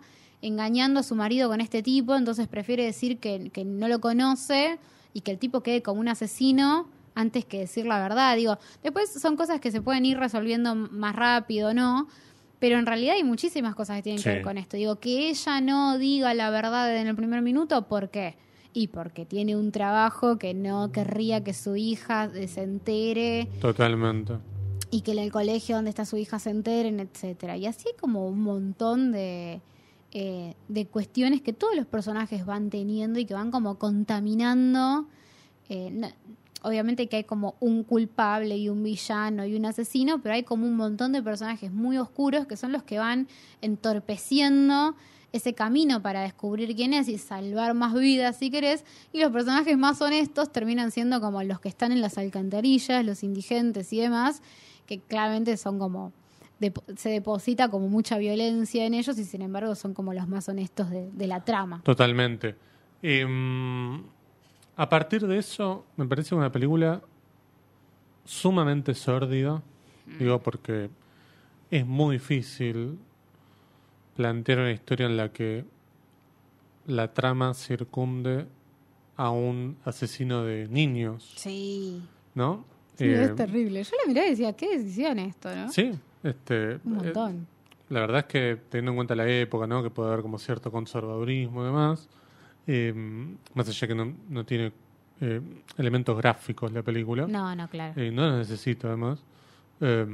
engañando a su marido con este tipo, entonces prefiere decir que, que no lo conoce y que el tipo quede como un asesino antes que decir la verdad. Digo, después son cosas que se pueden ir resolviendo más rápido, ¿no? Pero en realidad hay muchísimas cosas que tienen Sí. que ver con esto. Digo, que ella no diga la verdad en el primer minuto, ¿por qué? Y porque tiene un trabajo que no querría que su hija se entere Totalmente. y que en el colegio donde está su hija se enteren, etcétera. Y así hay como un montón de, eh, de cuestiones que todos los personajes van teniendo y que van como contaminando. Eh, no- obviamente que hay como un culpable y un villano y un asesino, pero hay como un montón de personajes muy oscuros que son los que van entorpeciendo ese camino para descubrir quién es y salvar más vidas, si querés, y los personajes más honestos terminan siendo como los que están en las alcantarillas, los indigentes y demás, que claramente son como, dep- se deposita como mucha violencia en ellos y sin embargo son como los más honestos de, de la trama. Totalmente. Em, a partir de eso, me parece una película sumamente sórdida. Digo, porque es muy difícil plantear una historia en la que la trama circunde a un asesino de niños, Sí. ¿no? Sí, Eh, es terrible. Yo la miré y decía, qué decisión esto, ¿no? Sí, este, Un eh, montón. la verdad es que teniendo en cuenta la época, ¿no? Que puede haber como cierto conservadurismo y demás, eh, más allá que no, no tiene eh, elementos gráficos la película, No, no, claro. eh, no los necesito además. Eh,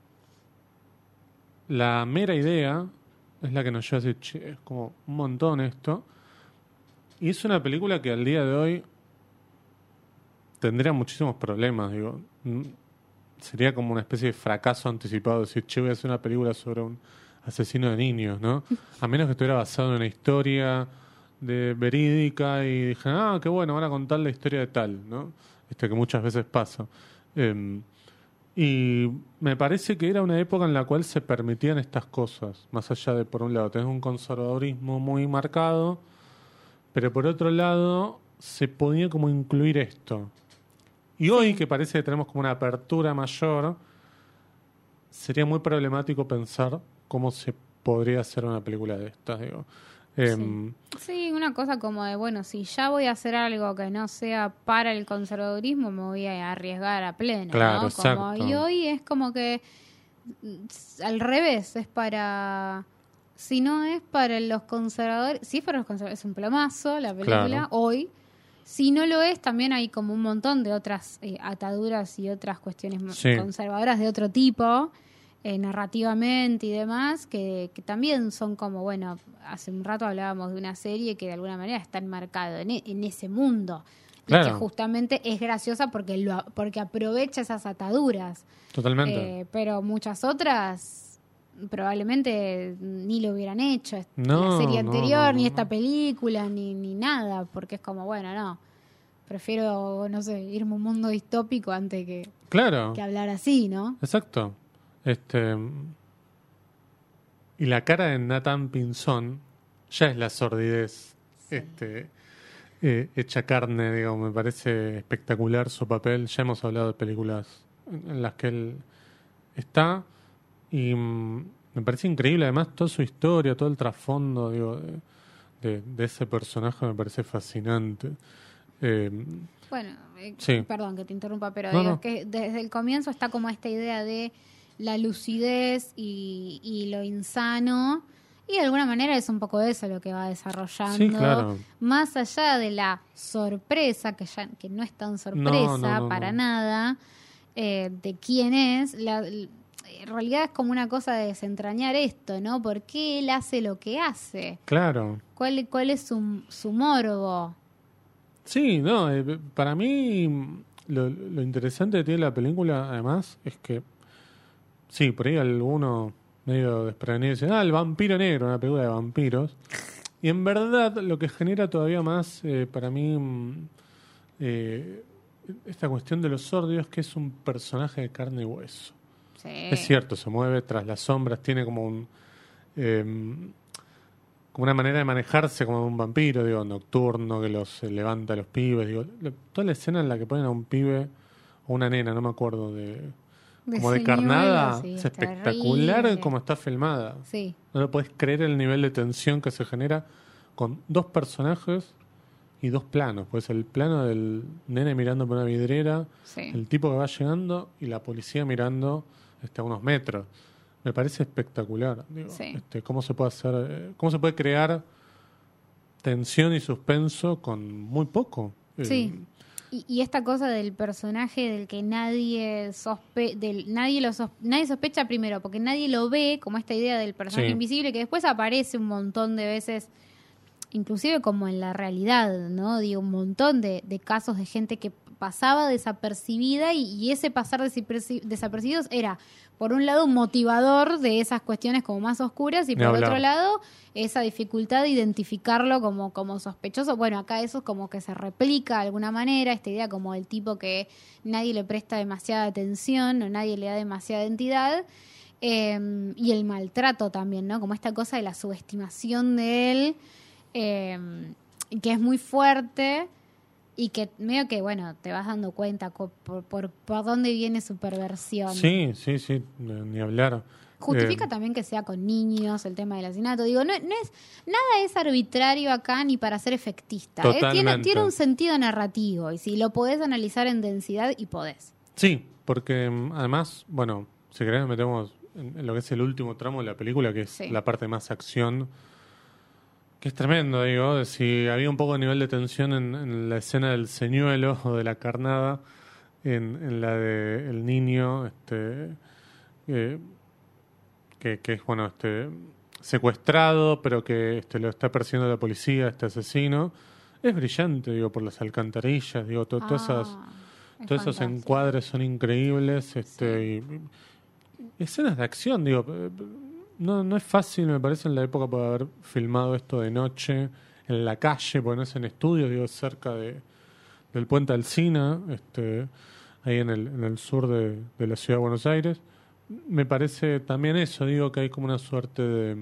la mera idea es la que nos lleva a decir, che, es como un montón esto. Y es una película que al día de hoy tendría muchísimos problemas, digo. Mm, Sería como una especie de fracaso anticipado decir, che, voy a hacer una película sobre un asesino de niños, ¿no? A menos que estuviera basado en una historia de verídica y dijeran, ah, qué bueno, van a contar la historia de tal, ¿no? Este que muchas veces pasa. Eh, y me parece que era una época en la cual se permitían estas cosas, más allá de, por un lado, tener un conservadurismo muy marcado, pero por otro lado, se podía como incluir esto. Y hoy, que parece que tenemos como una apertura mayor, sería muy problemático pensar cómo se podría hacer una película de estas, digo. Em, Sí, una cosa como de, bueno, si ya voy a hacer algo que no sea para el conservadurismo, me voy a arriesgar a pleno, Claro, ¿no? Como, exacto. y hoy es como que mm, al revés, es para... Si no es para los conservadores, si es para los conservadores, es un plomazo la película, Claro. hoy. Si no lo es, también hay como un montón de otras eh, ataduras y otras cuestiones mo- Sí. conservadoras de otro tipo, eh, narrativamente y demás, que, que también son como, bueno, hace un rato hablábamos de una serie que de alguna manera está enmarcado en, e- en ese mundo. Claro. Y que justamente es graciosa porque, lo, a- porque aprovecha esas ataduras. Totalmente. Eh, pero muchas otras probablemente ni lo hubieran hecho. est- No, la serie no, anterior, no, ni no, esta no. película, ni, ni nada, porque es como, bueno, no. Prefiero, no sé, irme a un mundo distópico antes que, Claro, que hablar así, ¿no? exacto. Este, y la cara de Nathan Pinzón ya es la sordidez este, eh, hecha carne, digo, me parece espectacular su papel. Ya hemos hablado de películas en en las que él está y mm, me parece increíble además toda su historia, todo el trasfondo, digo, de, de- de ese personaje me parece fascinante. Eh, Bueno, eh, Sí. perdón que te interrumpa, pero No, digo, no. es que desde el comienzo está como esta idea de la lucidez y, y lo insano. Y de alguna manera es un poco eso lo que va desarrollando. Sí, claro. Más allá de la sorpresa, que ya que no es tan sorpresa No, no, no, para no. nada, eh, de quién es, la, l- en realidad es como una cosa de desentrañar esto, ¿no? ¿Por qué él hace lo que hace? Claro. ¿Cuál, cuál es su, su morbo? Sí, no, eh, para mí mm, lo, lo interesante que tiene la película además es que, sí, por ahí alguno medio desprevenido dice, ah, el vampiro negro, una película de vampiros. Y en verdad lo que genera todavía más eh, para mí mm, eh, esta cuestión de los sordios es que es un personaje de carne y hueso. Sí. Es cierto, se mueve tras las sombras, tiene como un... em, como una manera de manejarse como un vampiro, digo, nocturno, que los eh, levanta a los pibes, digo, lo- toda la escena en la que ponen a un pibe o una nena, no me acuerdo de De como de señuelo, carnada, sí, es es espectacular terrible. como está filmada. Sí, No lo podés creer el nivel de tensión que se genera con dos personajes y dos planos. Pues el plano del nene mirando por una vidriera, sí. el tipo que va llegando y la policía mirando este, a unos metros. Me parece espectacular. Digo, Sí. este, cómo se puede hacer, eh, cómo se puede crear tensión y suspenso con muy poco. Eh, Sí. Y, y esta cosa del personaje del que nadie sospe del nadie lo sos- nadie sospecha primero, porque nadie lo ve, como esta idea del personaje Sí. invisible que después aparece un montón de veces, inclusive como en la realidad, ¿no? Digo, un montón de, de casos de gente que pasaba desapercibida y, y ese pasar desaperci- desapercibidos era, por un lado, un motivador de esas cuestiones como más oscuras y Ni por hablar. otro lado, esa dificultad de identificarlo como, como sospechoso. Bueno, acá eso es como que se replica de alguna manera, esta idea como del tipo que nadie le presta demasiada atención o nadie le da demasiada entidad. Eh, y el maltrato también, ¿no? Como esta cosa de la subestimación de él, eh, que es muy fuerte y que medio que, bueno, te vas dando cuenta co- por, por, por dónde viene su perversión. Sí, sí, sí, ni ni hablar. Justifica Eh, también que sea con niños el tema del asesinato. Digo, no, no es nada es arbitrario acá ni para ser efectista. ¿eh? Tiene, Totalmente. tiene un sentido narrativo y si lo podés analizar en densidad y podés. Sí, porque mm, además, bueno, si querés nos metemos en, en lo que es el último tramo de la película, que es Sí. la parte más acción, que es tremendo, digo, de si había un poco de nivel de tensión en, en la escena del señuelo o de la carnada, en, en la de el niño, este, eh, que, que es, bueno, este, secuestrado, pero que este, lo está persiguiendo la policía, este asesino. Es brillante, digo, por las alcantarillas, digo, to- todas esas... Ah, es Todos esos fantástico. encuadres son increíbles, este, y- y escenas de acción, digo, eh, no, no es fácil, me parece, en la época poder haber filmado esto de noche, en la calle, porque no es en estudio, digo, cerca de, del puente Alsina, este, ahí en el, en el sur de, de la ciudad de Buenos Aires. Me parece también eso, digo, que hay como una suerte de,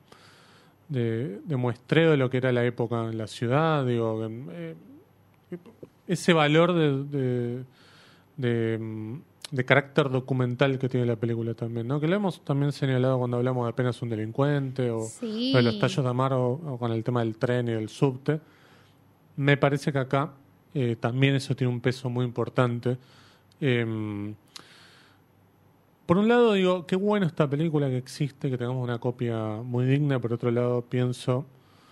de, de muestreo de lo que era la época en la ciudad, digo, eh, ese valor de, de, de, mm, de carácter documental que tiene la película también, ¿no? Que lo hemos también señalado cuando hablamos de Apenas un delincuente o, Sí. o de los tallos de Amaro o con el tema del tren y del subte. Me parece que acá eh, también eso tiene un peso muy importante. Eh, por un lado digo, qué bueno esta película que existe, que tengamos una copia muy digna. Por otro lado pienso,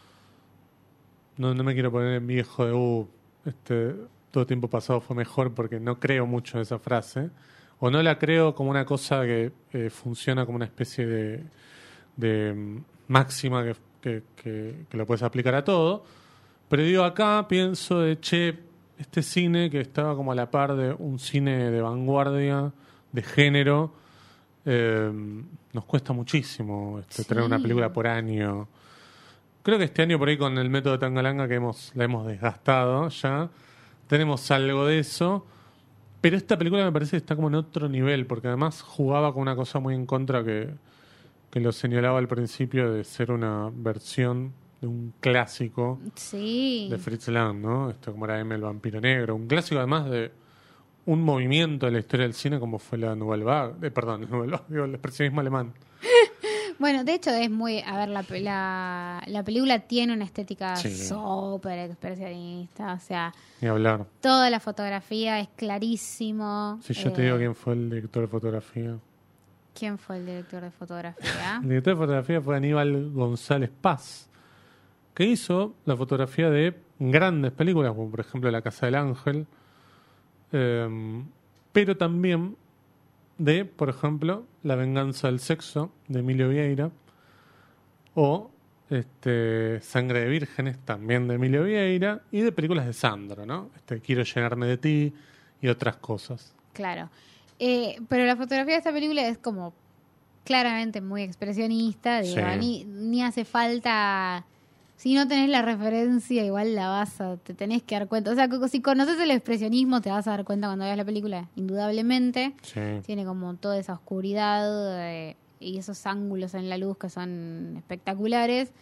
no, no me quiero poner en viejo de, uh, este, todo tiempo pasado fue mejor, porque no creo mucho en esa frase. O no la creo como una cosa que eh, funciona como una especie de, de mm, máxima que, que, que- que lo puedes aplicar a todo. Pero digo, acá pienso de, che, este cine que estaba como a la par de un cine de vanguardia, de género, eh, nos cuesta muchísimo este, tener una Sí. película por año. Creo que este año por ahí con el método Tangalanga que hemos, la hemos desgastado ya, tenemos algo de eso, pero esta película me parece que está como en otro nivel, porque además jugaba con una cosa muy en contra que, que lo señalaba al principio de ser una versión de un clásico Sí. de Fritz Lang, ¿no? Esto como era M, el vampiro negro, un clásico además de un movimiento de la historia del cine como fue la Nouvelle Vague, eh, perdón, la Nouvelle Vague, digo, el expresionismo alemán. Bueno, de hecho es muy, a ver, la, la, la película tiene una estética Sí. súper expresionista, o sea, Ni hablar. toda la fotografía es clarísimo. Si yo eh, te digo quién fue el director de fotografía. ¿Quién fue el director de fotografía? El director de fotografía fue Aníbal González Paz, que hizo la fotografía de grandes películas, como por ejemplo La Casa del Ángel, eh, pero también de, por ejemplo, La Venganza del Sexo, de Emilio Vieira, o este, Sangre de Vírgenes, también de Emilio Vieira, y de películas de Sandro, ¿no? Este, Quiero llenarme de ti y otras cosas. Claro. Eh, pero la fotografía de esta película es como claramente muy expresionista, digo, Sí. ni, ni hace falta... Si no tenés la referencia, igual la vas a... Te tenés que dar cuenta. O sea, co- si conoces el expresionismo, te vas a dar cuenta cuando veas la película, indudablemente. Sí. Tiene como toda esa oscuridad eh, y esos ángulos en la luz que son espectaculares.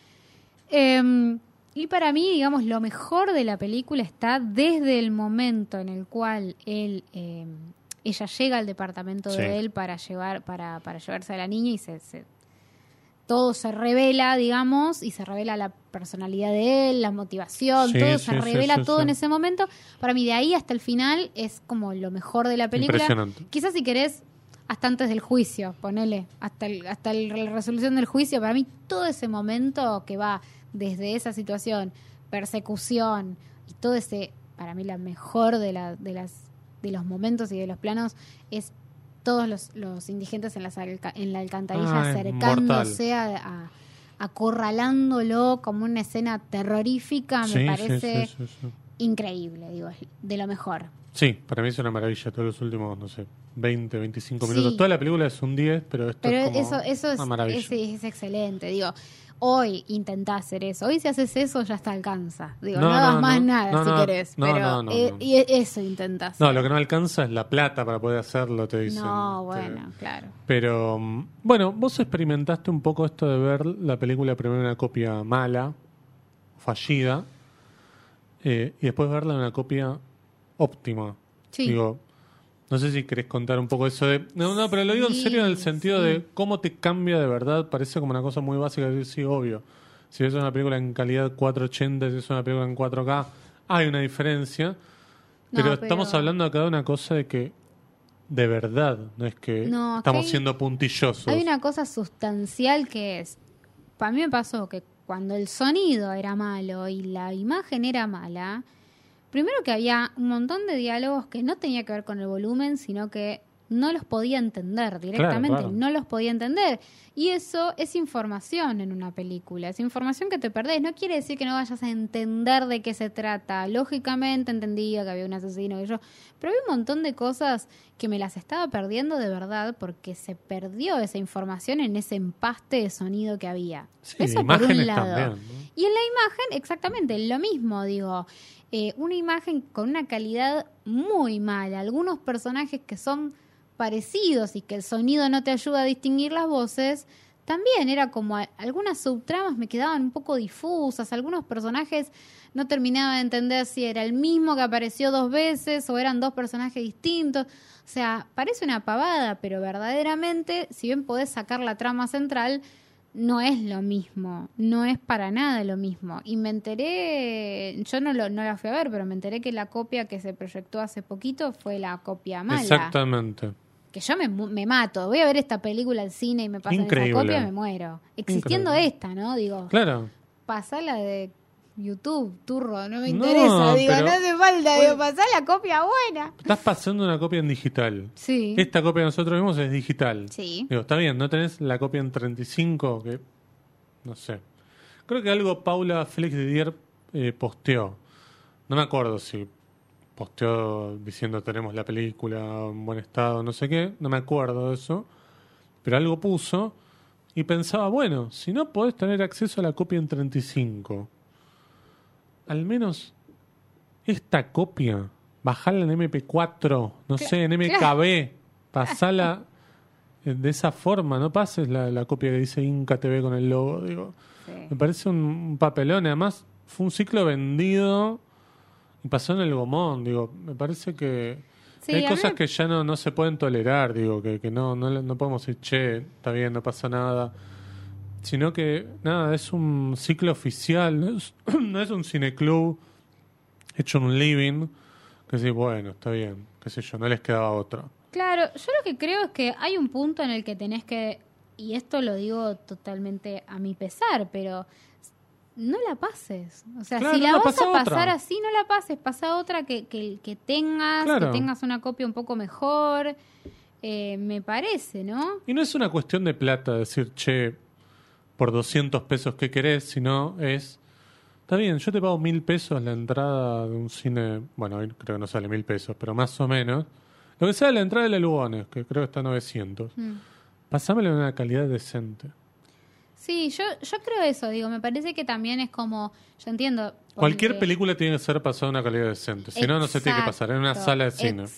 Eh, y para mí, digamos, lo mejor de la película está desde el momento en el cual él eh, ella llega al departamento Sí. de él para llevar para, para llevarse a la niña y se, se todo se revela, digamos, y se revela la personalidad de él, la motivación, Sí, todo sí, se sí, revela sí, todo sí. en ese momento. Para mí, de ahí hasta el final es como lo mejor de la película. Impresionante. Quizás si querés, hasta antes del juicio, ponele, hasta, el, hasta el- la resolución del juicio, para mí todo ese momento que va desde esa situación, persecución, y todo ese, para mí la mejor de, la, de, las, de los momentos y de los planos es todos los, los indigentes en, las alca- en la alcantarilla Ah, es acercándose a, a- acorralándolo como una escena terrorífica, me Sí, parece sí, sí, sí, sí. increíble, digo, es de lo mejor. Sí, para mí es una maravilla todos los últimos, no sé, veinte, veinticinco Sí. minutos. Toda la película es un diez, pero esto Pero es como eso, eso es, una maravilla. es, es excelente, digo. Hoy intentá hacer eso. Hoy si haces eso ya te alcanza. Digo, no, No, hagas no, más no. nada No, si no. querés. No, pero no, no, eh, no. y eso intentás. No, lo que no alcanza es la plata para poder hacerlo, te dicen. No, Este, bueno, claro. Pero, mm, bueno, vos experimentaste un poco esto de ver la película primero en una copia mala, fallida, eh, y después verla en una copia óptima. Sí. Digo, no sé si querés contar un poco eso de... No, no, pero lo digo en Sí, serio en el sentido sí. de cómo te cambia de verdad. Parece como una cosa muy básica de decir, sí, obvio. Si es una película en calidad cuatrocientos ochenta, si es una película en cuatro K, hay una diferencia. No, Pero, pero- estamos hablando acá de una cosa de que, de verdad, no es que No, estamos que hay- siendo puntillosos. Hay una cosa sustancial que es, para mí me pasó que cuando el sonido era malo y la imagen era mala, primero que había un montón de diálogos que no tenía que ver con el volumen, sino que no los podía entender directamente, Claro, claro. no los podía entender. Y eso es información en una película, es información que te perdés. No quiere decir que no vayas a entender de qué se trata. Lógicamente entendía que había un asesino y yo, pero había un montón de cosas que me las estaba perdiendo de verdad porque se perdió esa información en ese empaste de sonido que había. Sí, Eso de por un imágenes lado. también, ¿no? Y en la imagen, exactamente, lo mismo, digo, eh, una imagen con una calidad muy mala, algunos personajes que son parecidos y que el sonido no te ayuda a distinguir las voces, también era como a- algunas subtramas me quedaban un poco difusas, algunos personajes no terminaba de entender si era el mismo que apareció dos veces o eran dos personajes distintos. O sea, parece una pavada, pero verdaderamente, si bien podés sacar la trama central, no es lo mismo, no es para nada lo mismo. Y me enteré, yo no, lo, no la fui a ver, pero me enteré que la copia que se proyectó hace poquito fue la copia mala. Exactamente. Que yo me, mu- me mato, voy a ver esta película al cine y me pasan Increíble. esa copia y me muero. Existiendo Increíble. esta, ¿no? Digo, Claro. pasala de YouTube, turro, no me No, interesa. Digo, pero- no hace falta, digo, pasá la copia buena. Estás pasando una copia en digital. Sí. Esta copia que nosotros vimos es digital. Sí. Digo, está bien, no tenés la copia en treinta y cinco, que no sé. Creo que algo Paula Félix Didier eh, posteó. No me acuerdo si posteó diciendo tenemos la película en buen estado, no sé qué. No me acuerdo de eso. Pero algo puso y pensaba, bueno, si no podés tener acceso a la copia en treinta y cinco, al menos esta copia, bajala en eme pe cuatro, no Cla- sé, en eme ka be, pasala eh, de esa forma, no pases la, la copia que dice Inca te ve con el logo, digo. Sí. Me parece un, un papelón, además fue un ciclo vendido y pasó en el gomón, digo, me parece que Sí, hay a mí cosas me- que ya no, no se pueden tolerar, digo, que, que no, no, no podemos decir, che, está bien, no pasa nada, sino que, nada, es un ciclo oficial, no es, no es un cineclub hecho en un living, que sí, bueno, está bien, qué sé yo, no les quedaba otra. Claro, yo lo que creo es que hay un punto en el que tenés que, y esto lo digo totalmente a mi pesar, pero no la pases. O sea, Claro, si la no, vas pasa a pasar otra. así, no la pases. Pasa otra que, que, que tengas, Claro. que tengas una copia un poco mejor. Eh, me parece, ¿no? Y no es una cuestión de plata, decir, che, por doscientos pesos, ¿qué querés? Sino es, está bien, yo te pago mil pesos la entrada de un cine, bueno, hoy creo que no sale mil pesos, pero más o menos. Lo que sea la entrada de la Lugones, que creo que está a novecientos. Mm. Pasámelo en una calidad decente. Sí, yo, yo creo eso, digo, me parece que también es como, yo entiendo. Cualquier ponele- película tiene que ser pasada en una calidad decente, si no, no se tiene que pasar en una Exacto, sala de cine. Exacto.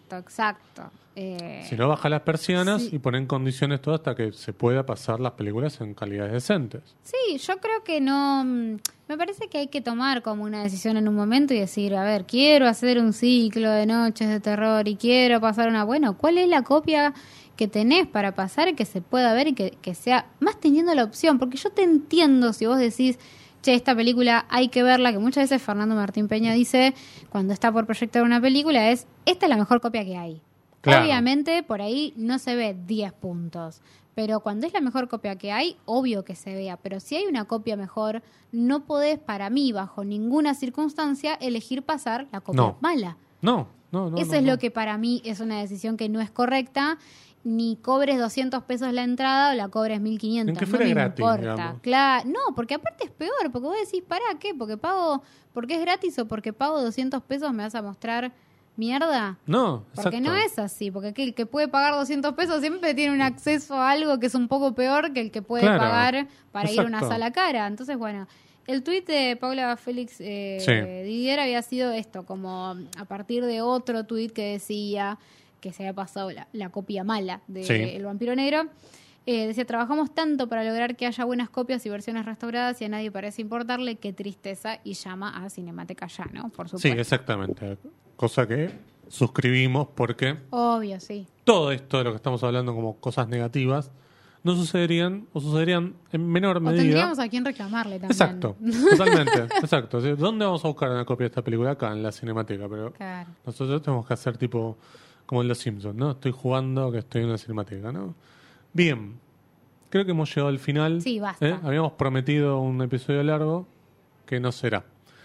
Exacto, exacto. Eh, Si no, baja las persianas sí. y pone en condiciones todo hasta que se pueda pasar las películas en calidades decentes. Sí, yo creo que no... mm, Me parece que hay que tomar como una decisión en un momento y decir, a ver, quiero hacer un ciclo de noches de terror y quiero pasar una... Bueno, ¿cuál es la copia que tenés para pasar que se pueda ver y que, que sea... Más teniendo la opción, porque yo te entiendo si vos decís, che, esta película hay que verla, que muchas veces Fernando Martín Peña dice, cuando está por proyectar una película, es, esta es la mejor copia que hay. Claro. Obviamente, por ahí no se ve diez puntos. Pero cuando es la mejor copia que hay, obvio que se vea. Pero si hay una copia mejor, no podés, para mí, bajo ninguna circunstancia, elegir pasar la copia No. mala. No, no, no. Eso no, es no. lo que para mí es una decisión que no es correcta. Ni cobres doscientos pesos la entrada o la cobres mil quinientos. Ni que no fuera me gratis, importa. digamos. Claro, no, porque aparte es peor. Porque vos decís, ¿para qué? Porque pago, porque es gratis o porque pago doscientos pesos me vas a mostrar mierda. No, Porque exacto. no es así, porque el que puede pagar doscientos pesos siempre tiene un acceso a algo que es un poco peor que el que puede Claro, pagar para ir a una exacto. sala cara. Entonces, bueno, el tuit de Paula Félix eh, Sí. Didier había sido esto, como a partir de otro tuit que decía que se había pasado la, la copia mala de Sí. El Vampiro Negro. Eh, decía, trabajamos tanto para lograr que haya buenas copias y versiones restauradas y a nadie parece importarle, qué tristeza, y llama a Cinemateca Ya, ¿no? Por Sí, supuesto. exactamente. Cosa que suscribimos porque Obvio, sí. todo esto de lo que estamos hablando como cosas negativas no sucederían o sucederían en menor O medida. tendríamos a quién reclamarle también. Exacto, totalmente, exacto. ¿Sí? ¿Dónde vamos a buscar una copia de esta película? Acá, en la Cinemateca, pero Claro. nosotros tenemos que hacer tipo como en Los Simpsons, ¿no? Estoy jugando que estoy en una Cinemateca, ¿no? Bien, creo que hemos llegado al final. Sí, basta. ¿eh? Habíamos prometido un episodio largo que no será.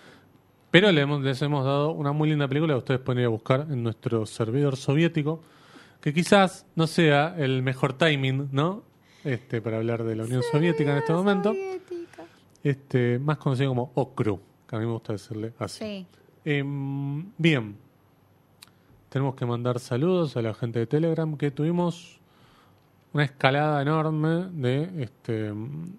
Pero le hemos- les hemos dado una muy linda película que ustedes pueden ir a buscar en nuestro servidor soviético, que quizás no sea el mejor timing, ¿no? Este, para hablar de la Unión Soviética en este momento. Soviética. Este, más conocido como O C R U, que a mí me gusta decirle así. Sí. Em, bien, tenemos que mandar saludos a la gente de Telegram, que tuvimos una escalada enorme de este de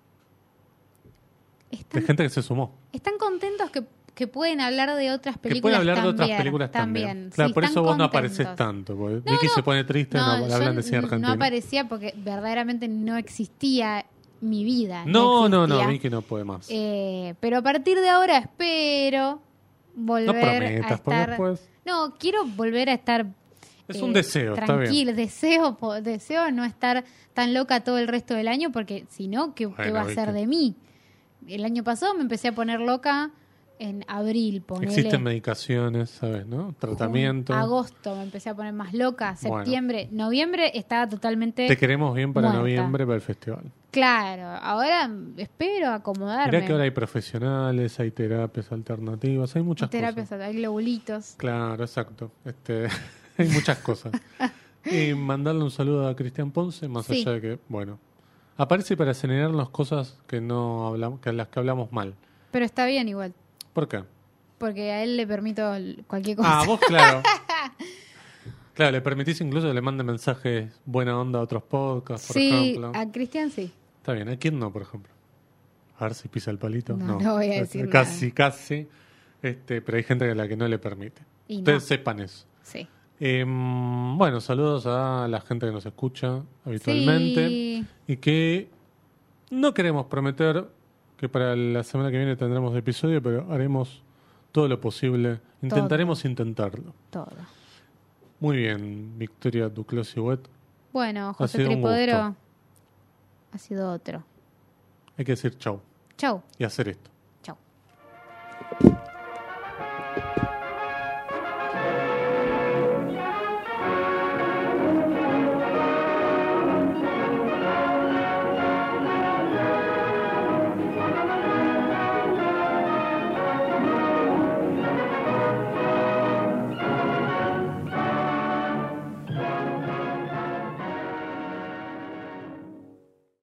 Están, gente que se sumó. están contentos que, que pueden hablar de otras Que películas pueden hablar de también. otras películas también. también. Claro, Sí, por están eso vos no contentos. apareces tanto. Porque No, Vicky no. se pone triste, no, No, hablan yo de cine n- argentino. no aparecía porque verdaderamente no existía mi vida. No, no, no, existía. Vicky no puede más. Eh, pero a partir de ahora espero volver No prometas, a porque estar... después- No, quiero volver a estar... Es eh, un deseo, está bien. tranquila, deseo, po- deseo no estar tan loca todo el resto del año porque si no, ¿qué, qué Bueno, va a ser viste. de mí? El año pasado me empecé a poner loca en abril, ponele. Existen medicaciones, ¿sabes? ¿No? Tratamiento. Agosto me empecé a poner más loca, Bueno. septiembre, noviembre estaba totalmente... Te queremos bien para muerta. noviembre, para el festival. Claro, ahora espero acomodarme. Mirá que ahora hay profesionales, hay terapias alternativas, hay muchas Terapias, cosas. hay globulitos. Claro, exacto. Este, hay muchas cosas. Y mandarle un saludo a Cristian Ponce, más Sí. allá de que, bueno, aparece para señalarnos cosas que no hablamos, que a las que hablamos mal. Pero está bien igual, ¿Por qué? porque a él le permito l- cualquier cosa. Ah, vos, claro. Claro, le permitís incluso que le mande mensajes buena onda a otros podcasts, por sí, ejemplo. a Cristian sí. Está bien, ¿a quién no, por ejemplo? A ver si pisa el palito. No, No, no voy a decir Casi, nada. casi. Este, pero hay gente a la que no le permite. Y Ustedes no. sepan eso. Sí. Eh, bueno, saludos a la gente que nos escucha habitualmente Sí. y que no queremos prometer que para la semana que viene tendremos episodio, pero haremos todo lo posible. Intentaremos intentarlo. Todo. Muy bien, Victoria Duclos y Wet. Bueno, José sido un Tripodero gusto. ha sido otro. Hay que decir chau Chau. y hacer esto.